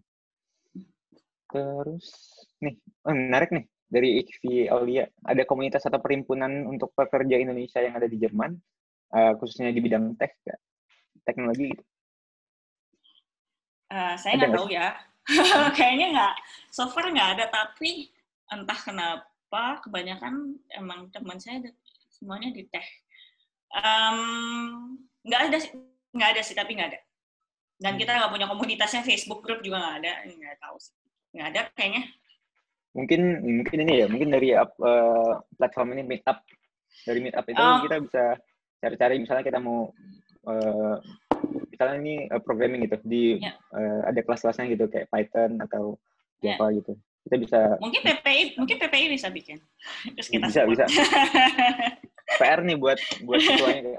Terus nih, oh, menarik nih, dari I K V Aulia, ada komunitas atau perhimpunan untuk pekerja Indonesia yang ada di Jerman, uh, khususnya di bidang tech, teknologi gitu? Uh, saya nggak tahu ya, kayaknya nggak, so far nggak ada, tapi entah kenapa kebanyakan emang teman saya semuanya di tech. Um, nggak ada, nggak ada sih, tapi nggak ada. Dan kita nggak punya komunitasnya, Facebook group juga nggak ada, nggak tahu sih. Nggak ada kayaknya. Mungkin mungkin ini ya, mungkin dari uh, platform ini Meetup. Dari Meetup itu um, kita bisa cari-cari, misalnya kita mau uh, misalnya ini uh, programming gitu, di yeah. uh, ada kelas-kelasnya gitu kayak Python atau Java yeah. gitu. Kita bisa mungkin P P I mungkin P P I bisa bikin. Terus kita bisa support. Bisa. P R nih buat buat ketuanya.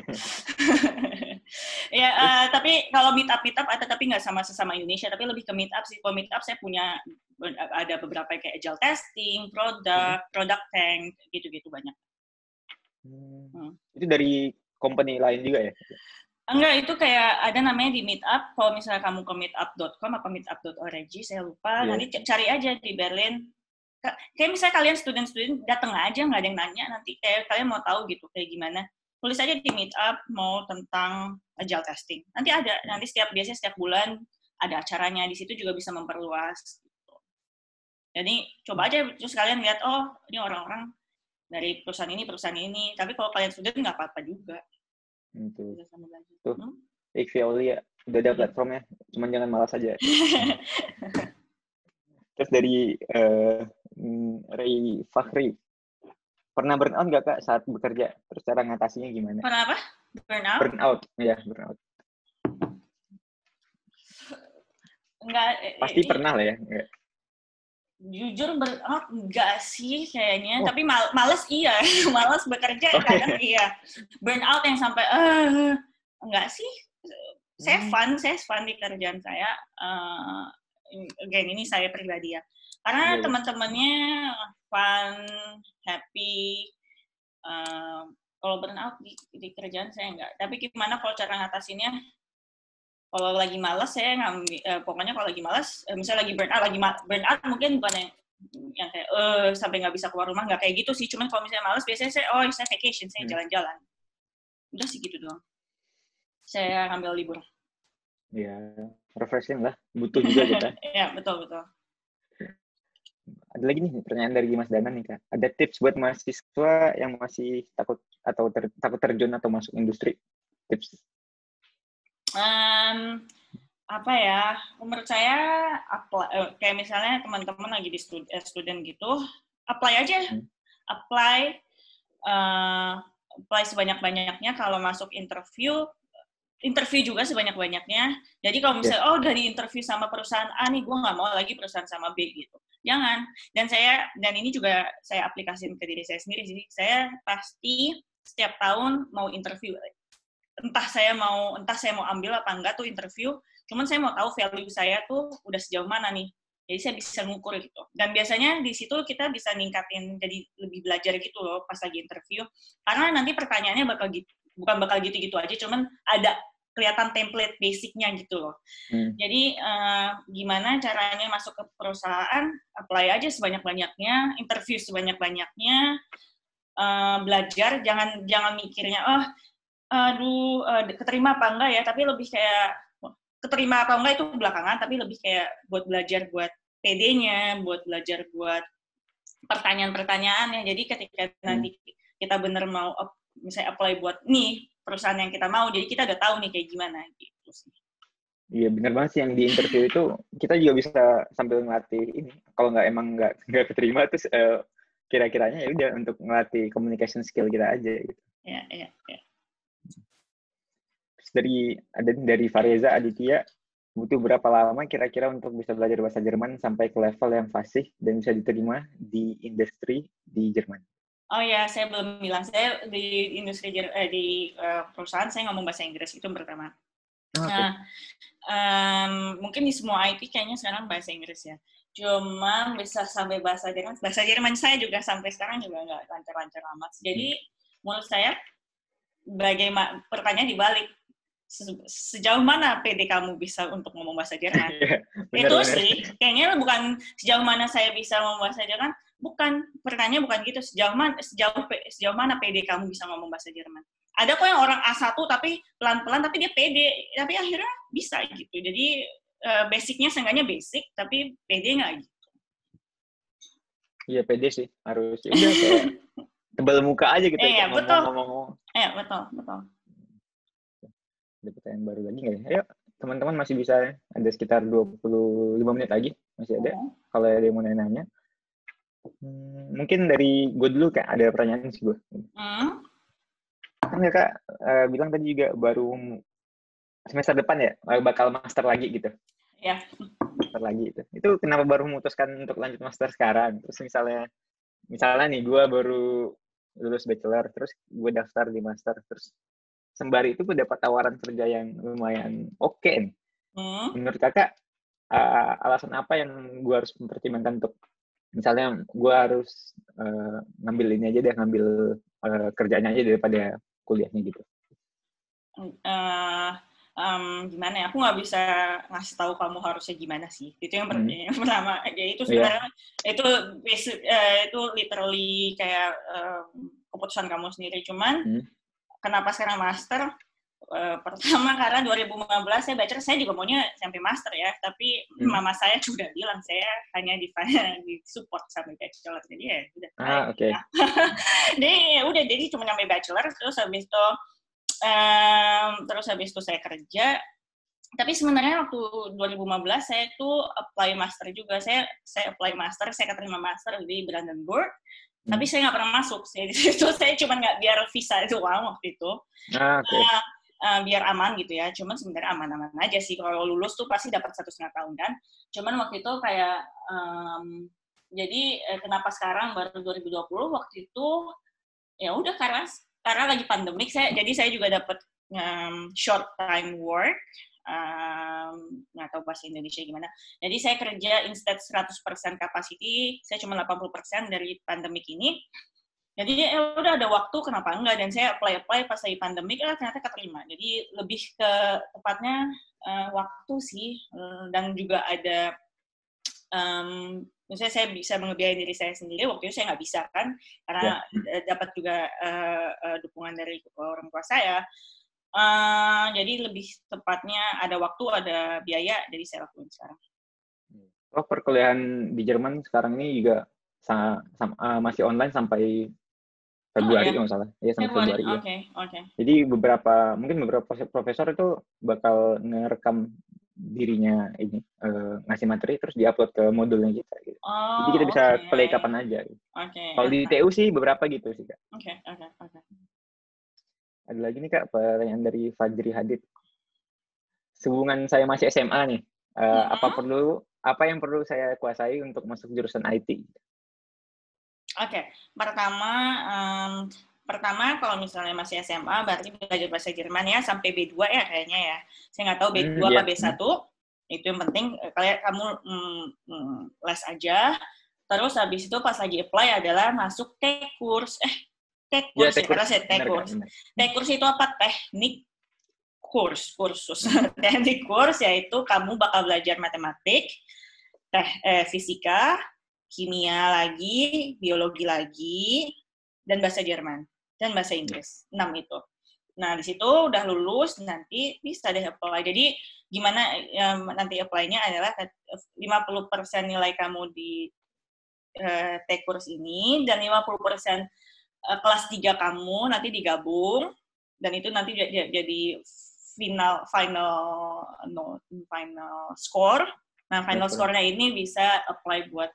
Ya, uh, tapi kalau meet up meet up ada, tapi nggak sama sesama Indonesia, tapi lebih ke meet up sih. Kalau meet up saya punya ada beberapa kayak agile testing, product, hmm. product tank, gitu-gitu banyak. Hmm. Hmm. Itu dari company lain juga ya? Enggak, itu kayak ada namanya di Meetup. Kalau misalnya kamu ke meetup dot com atau meetup dot org, saya lupa. Yeah. Nanti cari aja di Berlin. Kayak misalnya kalian student-student datang aja, nggak ada yang nanya. Nanti kayak kalian mau tahu gitu kayak gimana. Tulis aja di Meetup mau tentang agile testing. Nanti ada, nanti setiap biasanya setiap bulan ada acaranya. Di situ juga bisa memperluas. Gitu. Jadi coba aja terus kalian lihat, oh ini orang-orang dari perusahaan ini, perusahaan ini. Tapi kalau kalian student nggak apa-apa juga. Itu. Bisa sambil belajar. Tuh, Hmm? Ikvi Aulia, udah ada platformnya, cuman jangan malas aja. Terus dari uh, Ray Fakhri, pernah burnout nggak Kak saat bekerja? Terus cara ngatasinya gimana? Pernah apa? Burnout? Burnout, ya burnout. Enggak. Pasti eh, pernah lah ya. Enggak. Jujur burnout enggak sih kayaknya, Oh. tapi mal males iya, males bekerja Oh, kadang iya. Burnout yang sampai eh enggak sih. Saya fun, saya fun di kerjaan saya. Uh, again, ini saya pribadi ya. Karena Iya, teman-temannya fun, happy. Uh, kalau burnout di, di kerjaan saya enggak. Tapi gimana kalau cara ngatasinnya? Kalau lagi malas, saya ngambil, uh, pokoknya kalau lagi malas, uh, misalnya lagi burnout, lagi burnout mungkin bukan yang yang kayak uh, sampai nggak bisa keluar rumah, nggak kayak gitu sih. Cuman kalau misalnya malas, biasanya saya, oh saya vacation, saya jalan-jalan. Udah sih gitu doang. Saya ambil libur. Ya, refreshing lah. Butuh juga kita. Ya, betul, betul. Ada lagi nih pertanyaan dari Mas Danan nih Kak. Ada tips buat mahasiswa yang masih takut atau ter, takut terjun atau masuk industri? Tips? Um, apa ya? Menurut saya, apply, kayak misalnya teman-teman lagi di studi, student gitu, apply aja. Hmm. Apply, uh, apply sebanyak-banyaknya. Kalau masuk interview, interview juga sebanyak-banyaknya. Jadi kalau misalnya, yeah. oh udah di interview sama perusahaan A nih, gue nggak mau lagi perusahaan sama B gitu. Jangan. Dan saya, dan ini juga saya aplikasiin ke diri saya sendiri. Jadi saya pasti setiap tahun mau interview. Entah saya mau, entah saya mau ambil apa enggak tuh interview. Cuman saya mau tahu value saya tuh udah sejauh mana nih. Jadi saya bisa ngukur gitu. Dan biasanya di situ kita bisa ningkatin, jadi lebih belajar gitu loh pas lagi interview. Karena nanti pertanyaannya bakal gitu, bukan bakal gitu-gitu aja, cuman ada kelihatan template basicnya gitu loh. Hmm. Jadi uh, gimana caranya masuk ke perusahaan, apply aja sebanyak-banyaknya, interview sebanyak-banyaknya, uh, belajar, jangan jangan mikirnya, oh, aduh, uh, keterima apa enggak ya, tapi lebih kayak, keterima apa enggak itu belakangan, tapi lebih kayak buat belajar buat P D-nya, buat belajar buat pertanyaan-pertanyaannya. Jadi ketika hmm. nanti kita bener mau, misalnya apply buat nih, perusahaan yang kita mau, jadi kita udah tahu nih kayak gimana gitu sih. Iya benar banget sih, yang di interview itu kita juga bisa sambil ngelatih ini. Kalau nggak emang nggak nggak keterima terus uh, kira-kiranya ya udah untuk ngelatih communication skill kita aja gitu. Iya iya. Ya. Terus dari ada dari Fareza Aditya, butuh berapa lama kira-kira untuk bisa belajar bahasa Jerman sampai ke level yang fasih dan bisa diterima di industri di Jerman? Oh ya, saya belum bilang. Saya di industri eh, di uh, perusahaan saya ngomong bahasa Inggris, itu yang pertama. Okay. Nah, um, mungkin di semua I T kayaknya sekarang bahasa Inggris ya. Cuma bisa sampai bahasa Jerman. Bahasa Jerman saya juga sampai sekarang juga nggak lancar-lancar amat. Jadi hmm. menurut saya, bagaimana pertanyaan dibalik. Sejauh mana P D kamu bisa untuk ngomong bahasa Jerman? Yeah, bener, itu bener. sih, kayaknya bukan sejauh mana saya bisa ngomong bahasa Jerman, bukan, pertanyaannya bukan gitu, sejauh mana, sejauh, sejauh mana P D kamu bisa ngomong bahasa Jerman. Ada kok yang orang A satu tapi pelan-pelan, tapi dia P D, tapi akhirnya bisa gitu. Jadi uh, basicnya seenggaknya basic, tapi P D nggak gitu. Iya, P D sih, harus, ya udah kayak tebal muka aja gitu, eh, ya, ngomong-ngomong. Iya, betul, betul. Ada pertanyaan baru lagi nggak ya? Ayo, teman-teman masih bisa, ada sekitar dua puluh lima menit lagi, masih ada. Oh. Kalau ada yang mau nanya. Hmm, mungkin dari gue dulu, Kak, ada pertanyaan sih gue. Hmm? Kan ya, Kak, uh, bilang tadi juga baru semester depan ya, bakal master lagi gitu. Ya. Master lagi itu. Itu kenapa baru memutuskan untuk lanjut master sekarang? Terus misalnya, misalnya nih, gue baru lulus bachelor, terus gue daftar di master, terus sembari itu gue dapat tawaran kerja yang lumayan oke okay nih. Hmm? Menurut Kakak, uh, alasan apa yang gue harus mempertimbangkan untuk misalnya gue harus uh, ngambil ini aja deh, ngambil uh, kerjanya aja daripada kuliahnya gitu? Uh, um, gimana ya? Aku nggak bisa ngasih tahu kamu harusnya gimana sih. Itu yang, hmm. yang pertama. Jadi itu sebenarnya yeah. itu basic, uh, itu literally kayak uh, keputusan kamu sendiri. Cuman hmm. kenapa sekarang master? Uh, pertama karena dua ribu lima belas saya bachelor, saya juga maunya sampai master ya, tapi hmm. mama saya sudah bilang saya hanya di di support sampai bachelor, jadi ya udah. Ah oke. Okay. Jadi ya udah, jadi cuma sampai bachelor, terus habis itu um, terus habis itu saya kerja. Tapi sebenarnya waktu dua ribu lima belas saya tuh apply master juga, saya saya apply master, saya keterima master di Brandenburg. Hmm. Tapi saya nggak pernah masuk, saya di situ saya cuma nggak biar visa itu uang waktu itu. Ah, oke. Okay. Uh, Uh, biar aman gitu ya, cuman sebenarnya aman-aman aja sih, kalau lulus tuh pasti dapat satu setengah tahun kan, cuman waktu itu kayak um, jadi eh, kenapa sekarang baru dua ribu dua puluh, waktu itu ya udah karena karena lagi pandemik, saya jadi saya juga dapat um, short time work, um, nggak tahu bahasa Indonesia gimana, jadi saya kerja instead seratus persen capacity, saya cuma delapan puluh persen dari pandemik ini. Jadi ya udah ada waktu, kenapa enggak, dan saya apply-apply pas lagi pandemik, eh, ternyata keterima. Jadi lebih ke tepatnya uh, waktu sih, uh, dan juga ada, um, misalnya saya bisa ngebiayain diri saya sendiri, waktu itu saya nggak bisa kan, karena yeah. dapat juga uh, uh, dukungan dari orang tua saya. Uh, jadi lebih tepatnya ada waktu, ada biaya, jadi saya lakuin sekarang. Oh, perkuliahan di Jerman sekarang ini juga sama, sama, uh, masih online sampai Februari, oh, ya? Kalau salah. Ya, sampai Februari, Februari ya. Oke, oke. Jadi beberapa, mungkin beberapa profesor itu bakal ngerekam dirinya ini, uh, ngasih materi, terus diupload ke modulnya kita. Gitu. Oh, jadi kita bisa okay. play kapan aja. Gitu. Oke. Okay, Kalau di T U sih beberapa gitu sih, Kak. Oke, oke, oke. Ada lagi nih, Kak, pertanyaan dari Fajri Hadid. Sehubungan saya masih S M A nih, uh, mm-hmm. apa perlu, apa yang perlu saya kuasai untuk masuk jurusan I T? Oke, okay. pertama, um, pertama kalau misalnya masih S M A, berarti belajar bahasa Jerman ya, sampai B dua ya kayaknya ya. Saya nggak tahu B dua hmm, apa yeah. B satu, itu yang penting, kalian kamu mm, mm, les aja, terus habis itu pas lagi apply adalah masuk T-Kurs, eh, T-Kurs, yeah, karena saya T-Kurs. T-Kurs itu apa? Teknik kurs, kursus. Teknik kurs, yaitu kamu bakal belajar matematik, teh, eh, fisika, kimia lagi, biologi lagi, dan bahasa Jerman, dan bahasa Inggris. enam itu. Nah, di situ udah lulus, nanti bisa deh apply. Jadi, gimana um, nanti apply-nya adalah lima puluh persen nilai kamu di uh, T-Kurs ini, dan lima puluh persen uh, kelas tiga kamu nanti digabung, dan itu nanti jadi, jadi final, final, no, final score. Nah, final score-nya ini bisa apply buat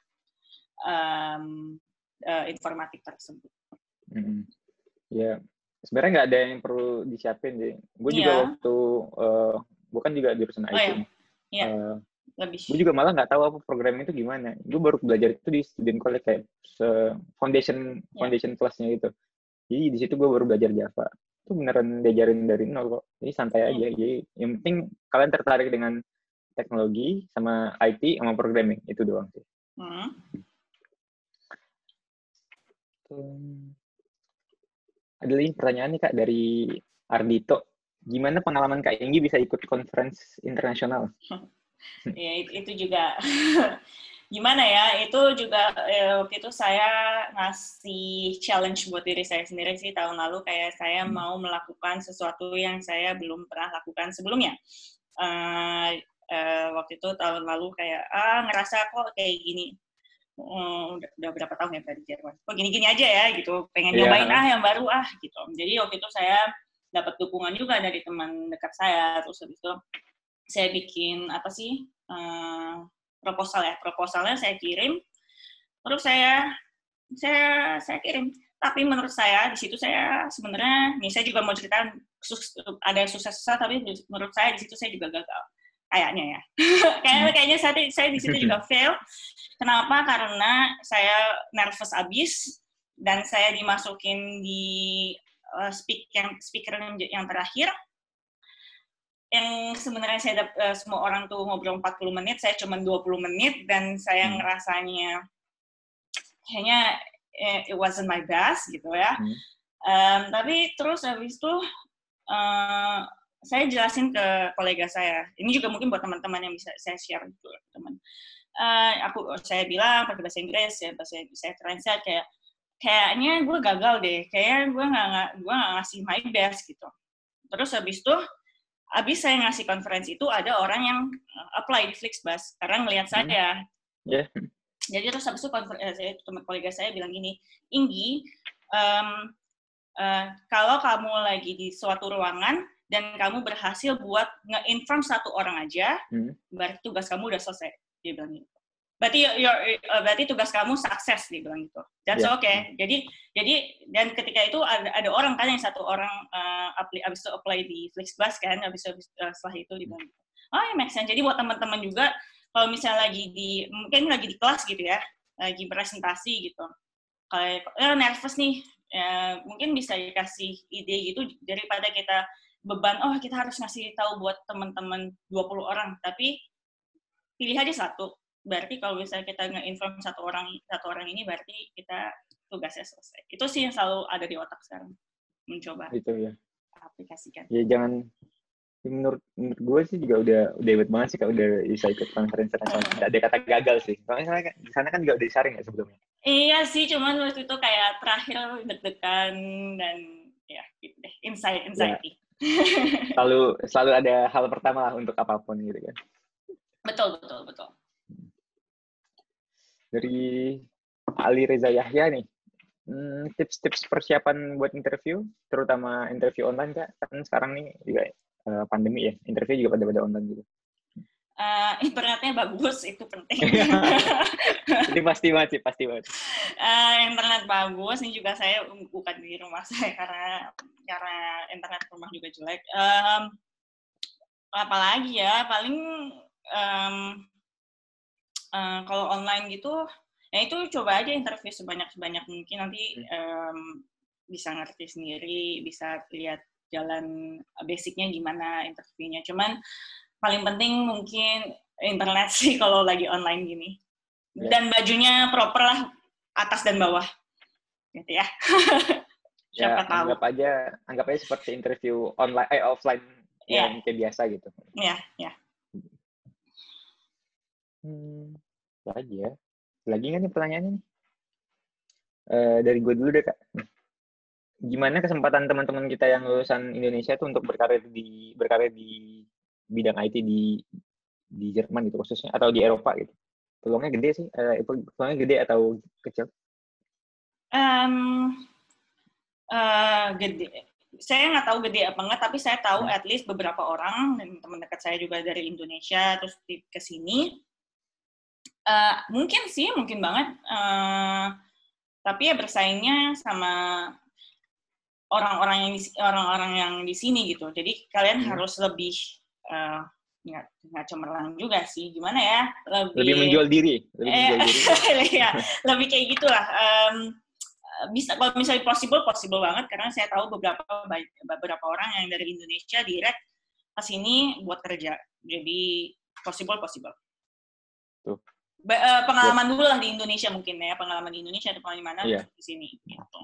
Um, uh, informatik tersebut. Hmm. Ya, sebenarnya nggak ada yang perlu disiapin sih. Gue juga yeah. waktu, uh, gue kan juga jurusan I T. Oh, yeah. Yeah. Uh, Lebih. Gue juga malah nggak tahu apa programming itu gimana. Gue baru belajar itu di student college kayak foundation yeah. foundation class-nya itu. Jadi di situ gue baru belajar Java. Itu beneran diajarin dari nol kok. Jadi santai aja. Hmm. Jadi yang penting kalian tertarik dengan teknologi sama I T sama programming itu doang sih. Hmm. Um, ada lagi pertanyaan nih Kak dari Ardito. Gimana pengalaman Kak Inggi bisa ikut conference internasional? Ya itu juga gimana ya? Itu juga eh, waktu itu saya ngasih challenge buat diri saya sendiri sih tahun lalu, kayak saya hmm. mau melakukan sesuatu yang saya belum pernah lakukan sebelumnya. Uh, uh, waktu itu tahun lalu kayak ah ngerasa kok kayak gini. Um, udah, udah berapa tahun ya dari Jerman, kok gini-gini aja ya gitu, pengen yeah. nyobain ah yang baru ah gitu. Jadi waktu itu saya dapat dukungan juga dari teman dekat saya, terus habis itu saya bikin apa sih uh, proposal ya, proposalnya saya kirim, terus saya saya saya kirim. Tapi menurut saya di situ saya sebenarnya, nih saya juga mau cerita ada yang sukses-sukses, tapi menurut saya di situ saya juga gagal. Kayaknya ya, kayaknya kayaknya saya, saya di situ juga fail. Kenapa? Karena saya nervous abis dan saya dimasukin di uh, speak yang speaker yang, yang terakhir. Yang sebenarnya saya uh, semua orang tuh ngobrol empat puluh menit, saya cuma dua puluh menit dan saya hmm. ngerasanya kayaknya it wasn't my best gitu ya. Hmm. Um, tapi terus habis itu uh, saya jelasin ke kolega saya. Ini juga mungkin buat teman-teman yang bisa saya share gitu, teman. Uh, aku saya bilang pakai bahasa Inggris ya, bahasa saya translate kayak kayaknya gue gagal deh, kayaknya gue nggak gue nggak ngasih my best gitu. Terus habis itu, habis saya ngasih konferensi itu ada orang yang apply di Flixbus karena ngelihat Hmm. saya. Ya. Jadi terus habis itu konferensi, teman kolega saya bilang gini, Inggi, um, uh, kalau kamu lagi di suatu ruangan dan kamu berhasil buat nge-inform satu orang aja, Hmm. berarti tugas kamu udah selesai. Dia bilang gitu. Berarti your, uh, berarti tugas kamu sukses, dia bilang gitu. That's Yeah. okay. Jadi jadi dan ketika itu ada, ada orang kan yang satu orang uh, apply, abis itu apply di Flixbus kan, abis, abis uh, setelah itu dia bilang gitu. Oh ya, make sense. Jadi buat teman-teman juga kalau misalnya lagi di mungkin lagi di kelas gitu ya, lagi presentasi gitu. Kayak eh, nervous nih, ya, mungkin bisa dikasih ide gitu daripada kita beban, oh kita harus ngasih tahu buat teman-teman dua puluh orang, tapi pilih aja satu. Berarti kalau misalnya kita nge-inform satu orang satu orang ini, berarti kita tugasnya selesai. Itu sih yang selalu ada di otak sekarang, mencoba Itu ya. aplikasikan. Ya jangan, menurut menurut gue sih juga udah udah hebat banget sih kalau udah bisa ikut konferensi internasional. Tidak ada kata gagal sih. Soalnya di sana kan juga udah disaring ya sebelumnya. Iya sih, cuman waktu itu kayak terakhir deg-degan dan ya gitu deh, anxiety. anxiety. Ya. Selalu selalu ada hal pertama lah untuk apapun gitu kan. Betul betul betul. Dari Ali Reza Yahya nih, hmm, tips-tips persiapan buat interview, terutama interview online Kak. Kan sekarang nih juga uh, pandemi ya, interview juga pada-pada online gitu. Uh, internetnya bagus, itu penting. Ini pasti banget sih, pasti banget. Uh, internet bagus, ini juga saya bukan di rumah saya karena karena internet rumah juga jelek. Um, apalagi ya, paling um, uh, kalau online gitu, ya itu coba aja interview sebanyak-sebanyak mungkin, nanti um, bisa ngerti sendiri, bisa lihat jalan basicnya gimana interviewnya. Cuman paling penting mungkin internet sih kalau lagi online gini. Yeah. Dan bajunya proper lah, atas dan bawah. Gitu ya. Siapa ya, tahu. Anggap aja, anggap aja seperti interview online, eh offline yeah. yang kayak biasa gitu. Iya, yeah, iya. Yeah. Hmm, lagi ya. Lagi nggak nih pertanyaannya nih? Uh, dari gue dulu deh, Kak. Gimana kesempatan teman-teman kita yang lulusan Indonesia tuh untuk berkarir di berkarir di bidang I T di di Jerman gitu khususnya, atau di Eropa gitu? Peluangnya gede sih? Uh, peluangnya gede atau kecil? Um, uh, gede. Saya nggak tahu gede apa enggak, tapi saya tahu hmm. at least beberapa orang, dan teman dekat saya juga dari Indonesia, terus ke sini. Uh, mungkin sih, mungkin banget. Uh, tapi ya bersaingnya sama orang-orang yang di, orang-orang yang di sini gitu. Jadi kalian hmm. harus lebih uh, nggak nggak cemerlang juga sih, gimana ya, lebih, lebih menjual diri, lebih eh, menjual diri. ya, lebih kayak gitulah. Um, bisa kalau misalnya possible, possible banget karena saya tahu beberapa beberapa orang yang dari Indonesia direct ke sini buat kerja. Jadi possible, possible. Tuh. Ba, uh, pengalaman dulu lah di Indonesia mungkin ya, pengalaman di Indonesia ada pengalaman mana iya. di sini gitu.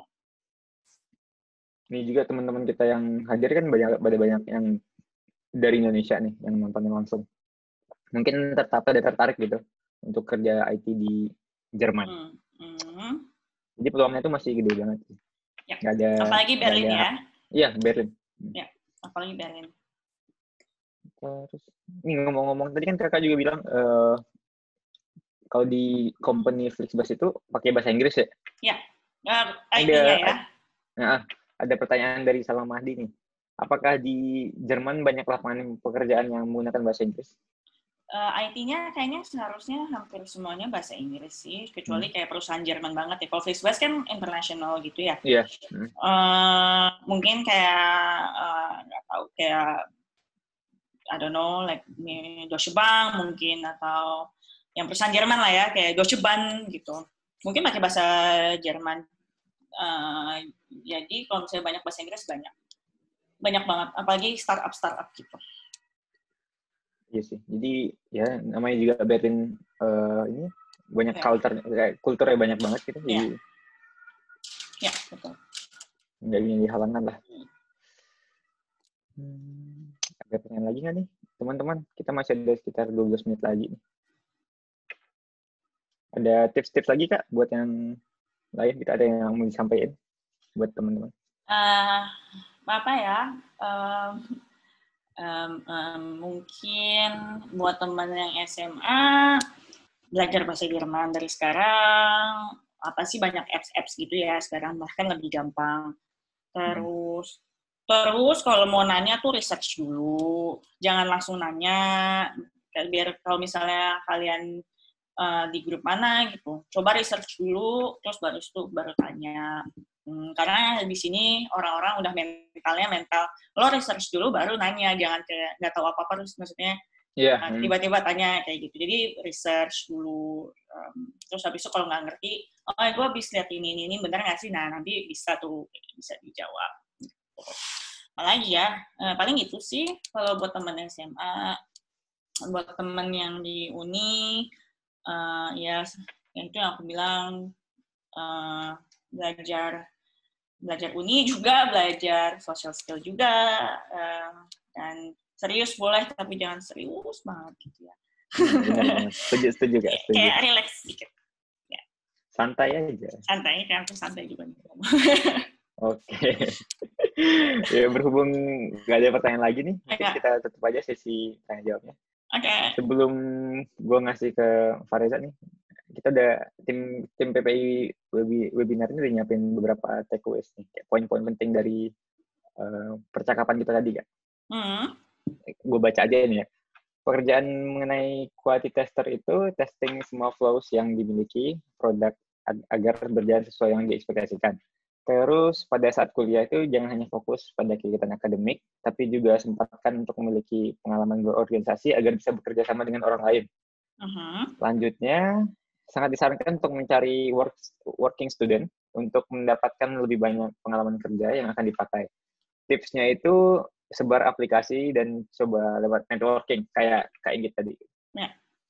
Ini juga teman-teman kita yang hadir kan banyak pada banyak yang dari Indonesia nih yang nonton langsung. Mungkin tertarik ada tertarik gitu untuk kerja I T di Jerman. Hmm. Hmm. Jadi peluangnya itu masih gede banget. Ya. Gak ada. Apalagi Berlin ada, ya. Iya Berlin. Ya, apalagi Berlin. Terus, ini ngomong-ngomong tadi kan kakak juga bilang uh, kalau di company Flixbus itu pakai bahasa Inggris ya? Ya, uh, I T-nya ya. Nah, ada pertanyaan dari Salma Mahdi nih. Apakah di Jerman banyak lapangan pekerjaan yang menggunakan bahasa Inggris? Uh, I T-nya kayaknya seharusnya hampir semuanya bahasa Inggris sih, kecuali hmm. kayak perusahaan Jerman banget ya. Kalau Flixbus kan internasional gitu ya. Iya. Yeah. Hmm. Uh, mungkin kayak nggak uh, tahu kayak I don't know like Deutsche Bank mungkin, atau yang perusahaan Jerman lah ya, kayak Deutsche Bahn gitu. Mungkin pakai bahasa Jerman. Uh, jadi kalau misalnya banyak bahasa Inggris banyak. Banyak banget, apalagi startup-startup gitu. Iya sih. Jadi ya namanya juga Berlin uh, ini banyak ya. culture, kulturnya banyak banget gitu. Ya. Jadi ya, betul. Nggak jadi halangan lah. Hmm, ada pertanyaan lagi nggak nih, teman-teman? Kita masih ada sekitar dua belas menit lagi. Ada tips-tips lagi Kak buat yang lain? Kita ada yang mau disampaikan buat teman-teman? Uh, apa ya? Um, um, um, mungkin buat teman yang S M A belajar bahasa Jerman dari sekarang. Apa sih banyak apps-apps gitu ya sekarang bahkan lebih gampang. Terus hmm. terus kalau mau nanya tuh research dulu. Jangan langsung nanya. Biar kalau misalnya kalian uh, di grup mana gitu, coba research dulu, terus baru itu baru tanya. Hmm, karena di sini orang-orang udah mentalnya mental, lo research dulu baru nanya, jangan kayak nggak tahu apa-apa terus maksudnya yeah. uh, tiba-tiba tanya kayak gitu. Jadi research dulu, um, terus habis itu kalau nggak ngerti, oh gue habis lihat ini ini ini bener nggak sih? Nah nanti bisa tuh bisa dijawab. Apalagi ya, uh, paling itu sih kalau buat teman S M A. Buat temen yang di uni, uh, ya yang itu yang aku bilang uh, belajar belajar uni juga, belajar social skill juga, uh, dan serius boleh tapi jangan serius banget gitu ya. Benar-benar setuju setuju gak? Setuju. Kayak relax sedikit. Ya. Santai aja. Santai, kan aku santai juga nih. Oke. Ya, berhubung gak ada pertanyaan lagi nih, mungkin kita tutup aja sesi tanya jawabnya. Oke. Okay. Sebelum gue ngasih ke Fareza nih, kita udah tim tim P P I webinar ini udah nyiapin beberapa takeaways nih, kayak poin-poin penting dari uh, percakapan kita tadi kan. Mm. Gue baca aja nih ya. Pekerjaan mengenai quality tester itu testing semua flows yang dimiliki produk ag- agar berjalan sesuai yang diekspektasikan. Terus pada saat kuliah itu jangan hanya fokus pada kegiatan akademik, tapi juga sempatkan untuk memiliki pengalaman berorganisasi agar bisa bekerja sama dengan orang lain. Uh-huh. Selanjutnya, sangat disarankan untuk mencari work, working student untuk mendapatkan lebih banyak pengalaman kerja yang akan dipakai. Tipsnya itu sebar aplikasi dan coba lewat networking, kayak Kak Inggit tadi. Yeah.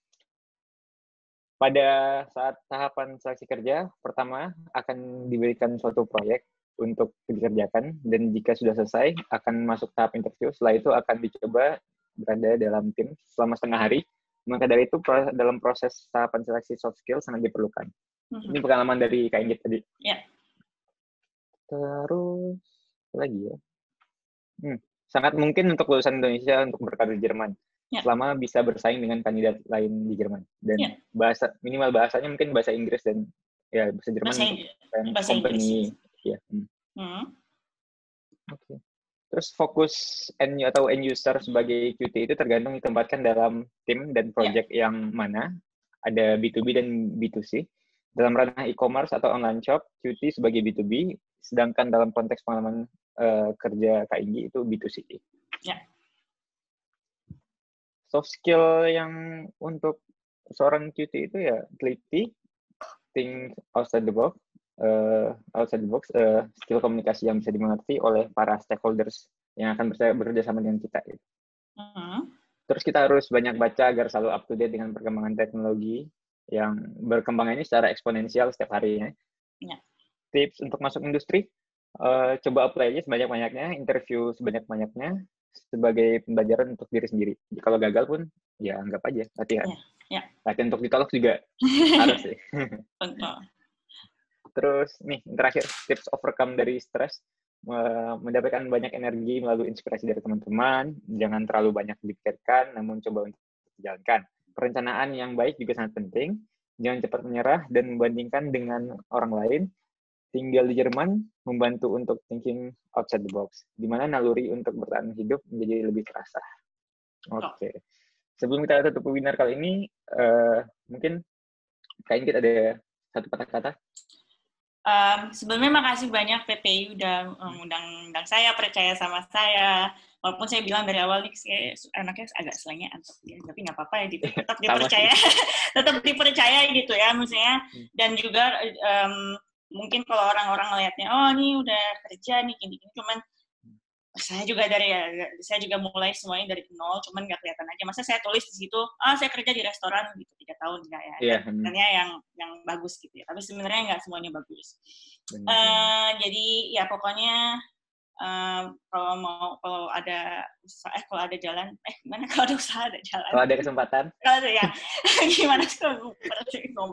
Pada saat tahapan seleksi kerja, pertama akan diberikan suatu proyek untuk dikerjakan, dan jika sudah selesai, akan masuk tahap interview. Setelah itu akan dicoba berada dalam tim selama setengah hari. Maka dari itu, dalam proses tahapan seleksi soft skill sangat diperlukan. Mm-hmm. Ini pengalaman dari Kak Inggit tadi. Yeah. Terus, apa lagi ya? Hmm, sangat mungkin untuk lulusan Indonesia untuk berkarir di Jerman. Yeah. Selama bisa bersaing dengan kandidat lain di Jerman, dan yeah. bahasa minimal bahasanya mungkin bahasa Inggris dan ya bahasa Jerman bahasa, untuk bahasa company ya. Hmm. Hmm. Oke. Okay. Terus fokus end atau end user sebagai Q T itu tergantung ditempatkan dalam tim dan project yeah. yang mana. Ada B two B dan B two C. Dalam ranah e-commerce atau online shop, Q T sebagai B two B, sedangkan dalam konteks pengalaman uh, kerja Kak Inggi itu B two C. Ya. Yeah. Soft skill yang untuk seorang Q T itu ya teliti, think outside the box, uh, outside the box, uh, skill komunikasi yang bisa dimengerti oleh para stakeholders yang akan bekerja sama dengan kita. Gitu. Uh-huh. Terus kita harus banyak baca agar selalu up to date dengan perkembangan teknologi yang berkembang ini secara eksponensial setiap harinya. Yeah. Tips untuk masuk industri, uh, coba apply aja sebanyak-banyaknya, interview sebanyak-banyaknya, sebagai pembelajaran untuk diri sendiri. Jadi kalau gagal pun, ya anggap aja latihan. Yeah, yeah. Latihan untuk ditolak juga harus sih. Terus nih, terakhir, tips overcome dari stres. Mendapatkan banyak energi melalui inspirasi dari teman-teman. Jangan terlalu banyak dipikirkan, namun coba untuk dijalankan. Perencanaan yang baik juga sangat penting. Jangan cepat menyerah dan membandingkan dengan orang lain. Tinggal di Jerman membantu untuk thinking outside the box, di mana naluri untuk bertahan hidup menjadi lebih terasa. Oke. Okay. Sebelum kita tutup webinar kali ini, uh, mungkin kayaknya kita ada satu patah kata. Um, sebelumnya makasih banyak P P I udah undang-undang saya, percaya sama saya. Walaupun saya bilang dari awal nih, saya anaknya agak selengean, tapi nggak apa-apa ya, tetap dipercaya, tetap dipercaya gitu ya, maksudnya. Dan juga um, mungkin kalau orang-orang ngelihatnya, oh ini udah kerja nih, gini-gini, cuman saya juga dari saya juga mulai semuanya dari nol, cuman nggak kelihatan aja. Masa saya tulis di situ, ah saya kerja di restoran gitu tiga tahun nggak ya? Yeah. Sebenarnya yang yang bagus gitu ya. Tapi sebenarnya nggak semuanya bagus. Uh, jadi ya pokoknya uh, kalau mau kalau ada usaha, eh kalau ada jalan, eh gimana kalau ada usaha ada jalan? Kalau ada kesempatan? Kalau ada ya, gimana sih kalau berarti ngomong?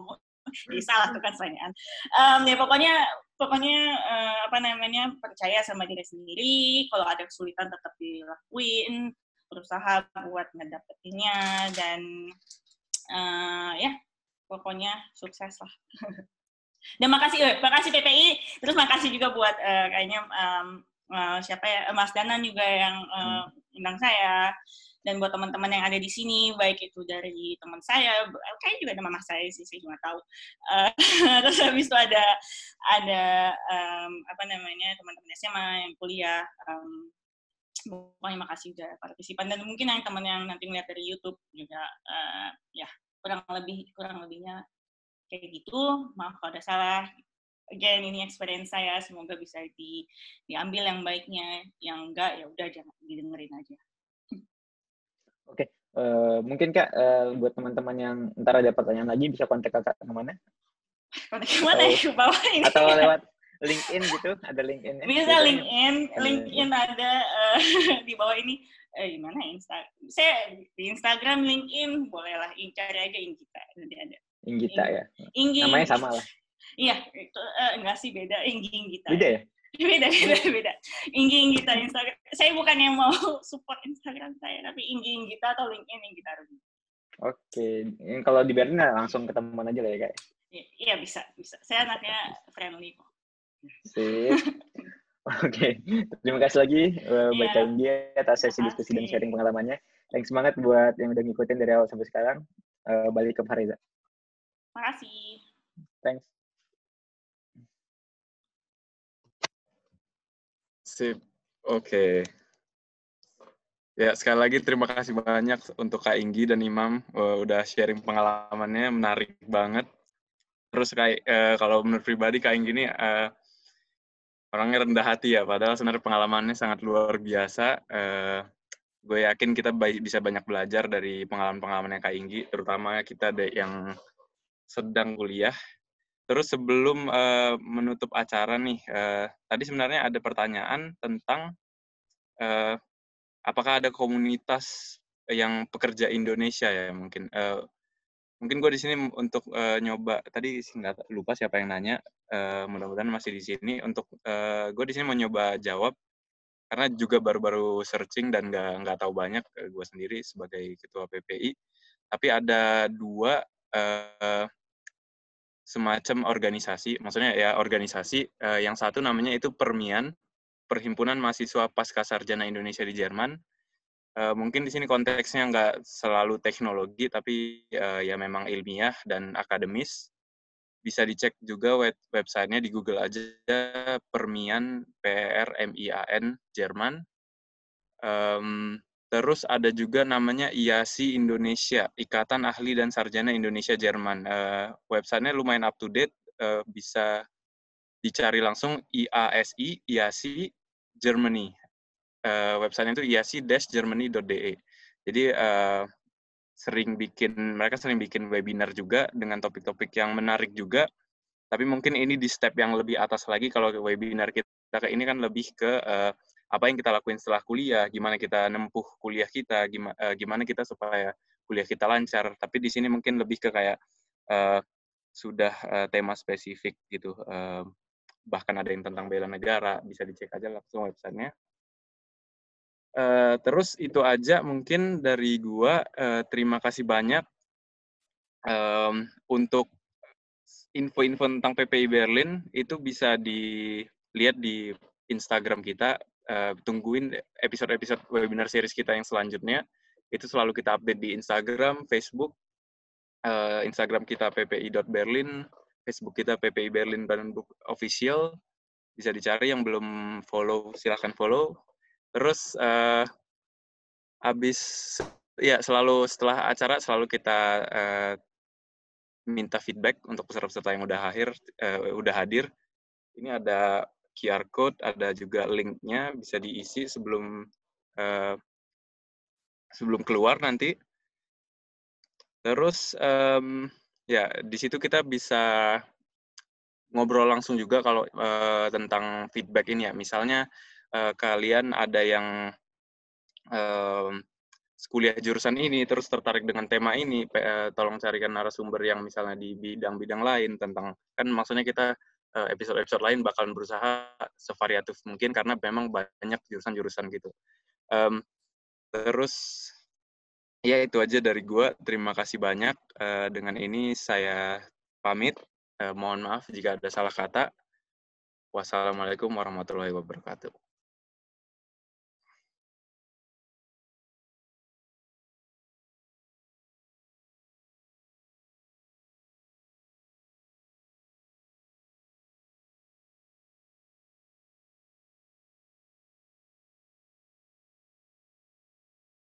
Ih, salah tuh kan pertanyaan. Um, ya pokoknya pokoknya uh, apa namanya percaya sama diri sendiri. Kalau ada kesulitan tetap dilakuin, berusaha buat ngedapetinnya dan uh, ya pokoknya sukses lah. Dan makasih, eh, makasih P P I. Terus makasih juga buat uh, kayaknya um, uh, siapa ya Mas Danan juga yang uh, undang saya. Dan buat teman-teman yang ada di sini, baik itu dari teman saya, kayaknya juga ada mama saya sih, saya cuma tahu. Uh, terus habis itu ada ada um, apa namanya teman-teman S M A yang kuliah. Um, pokoknya makasih udah partisipan dan mungkin yang teman yang nanti ngeliat dari YouTube juga, uh, ya kurang lebih kurang lebihnya kayak gitu. Maaf kalau ada salah. Again, ini experience saya, semoga bisa di, diambil yang baiknya, yang enggak ya udah jangan didengerin aja. Oke, uh, mungkin Kak, uh, buat teman-teman yang ntar ada pertanyaan lagi, bisa kontak Kakak kemana? Kontak kemana ya? Ke bawah ini. Atau lewat LinkedIn gitu, ada LinkedIn-nya? Bisa LinkedIn, LinkedIn ada uh, di bawah ini. Eh, gimana ya? Insta saya di Instagram, LinkedIn, bolehlah cari aja Inggita, nanti ada. Inggita ya? Inggi. Namanya sama lah? Iya, itu uh, enggak sih, beda. Inggi Inggita. Beda ya? Beda, beda, beda. Inggi Inggita Instagram. Saya bukannya mau support Instagram saya, tapi Inggi Inggita atau LinkedIn Inggita Ruby. Oke, kalau di Berlin langsung ketemuan aja lah ya, Kak? Iya, bisa, bisa. Saya anaknya friendly kok. Sip. Oke, terima kasih lagi uh, buat Kak Inggi atas sesi diskusi dan sharing pengalamannya. Thanks banget buat yang udah ngikutin dari awal sampai sekarang. Uh, balik ke Fariza. Makasih. Thanks. Sip. Oke. Okay. Ya, sekali lagi terima kasih banyak untuk Kak Inggi dan Imam uh, udah sharing pengalamannya, menarik banget. Terus kayak uh, kalau menurut pribadi Kak Inggi ini uh, orangnya rendah hati ya, padahal sebenarnya pengalamannya sangat luar biasa. Uh, gue yakin kita bisa banyak belajar dari pengalaman-pengalamannya Kak Inggi, terutama kita ada yang sedang kuliah. Terus sebelum uh, menutup acara nih, uh, tadi sebenarnya ada pertanyaan tentang uh, apakah ada komunitas yang pekerja Indonesia ya mungkin. Uh, mungkin gue di sini untuk uh, nyoba. Tadi nggak lupa siapa yang nanya. Uh, mudah-mudahan masih di sini. Untuk uh, gue di sini mau nyoba jawab karena juga baru-baru searching dan nggak nggak tahu banyak uh, gue sendiri sebagai ketua P P I. Tapi ada dua uh, semacam organisasi, maksudnya ya organisasi, uh, yang satu namanya itu Permian, Perhimpunan Mahasiswa Pascasarjana Indonesia di Jerman. Uh, mungkin di sini konteksnya nggak selalu teknologi, tapi uh, ya memang ilmiah dan akademis. Bisa dicek juga web websitenya di Google aja, Permian, P R M I A N, Jerman. Um, Terus ada juga namanya I A S I Indonesia, Ikatan Ahli dan Sarjana Indonesia Jerman. Uh, websitenya lumayan up to date, uh, bisa dicari langsung I A S I, I A S I Germany. Uh, websitenya itu i a s i dash germany dot d e. Jadi uh, sering bikin, mereka sering bikin webinar juga dengan topik-topik yang menarik juga. Tapi mungkin ini di step yang lebih atas lagi. Kalau webinar kita ini kan lebih ke uh, apa yang kita lakuin setelah kuliah, gimana kita nempuh kuliah kita, gimana, uh, gimana kita supaya kuliah kita lancar. Tapi di sini mungkin lebih ke kayak uh, sudah uh, tema spesifik gitu. Uh, bahkan ada yang tentang bela negara, bisa dicek aja langsung websitenya. Uh, terus itu aja mungkin dari gua. Uh, terima kasih banyak um, untuk info-info tentang P P I Berlin itu bisa dilihat di Instagram kita. Uh, tungguin episode-episode webinar series kita yang selanjutnya. Itu selalu kita update di Instagram, Facebook. Uh, Instagram kita p p i dot berlin, Facebook kita P P I Berlin Brandenburg Official. Bisa dicari, yang belum follow silahkan follow. Terus uh, habis ya selalu setelah acara selalu kita uh, minta feedback untuk peserta-peserta yang udah hadir, uh, udah hadir. Ini ada Q R code, ada juga link-nya, bisa diisi sebelum uh, sebelum keluar nanti. Terus um, ya di situ kita bisa ngobrol langsung juga kalau uh, tentang feedback ini ya. Misalnya uh, kalian ada yang um, kuliah jurusan ini, terus tertarik dengan tema ini, tolong carikan narasumber yang misalnya di bidang-bidang lain tentang, kan maksudnya kita episode-episode lain bakalan berusaha sevariatif mungkin karena memang banyak jurusan-jurusan gitu. Um, terus ya itu aja dari gua. Terima kasih banyak. Uh, dengan ini saya pamit. Uh, mohon maaf jika ada salah kata. Wassalamualaikum warahmatullahi wabarakatuh.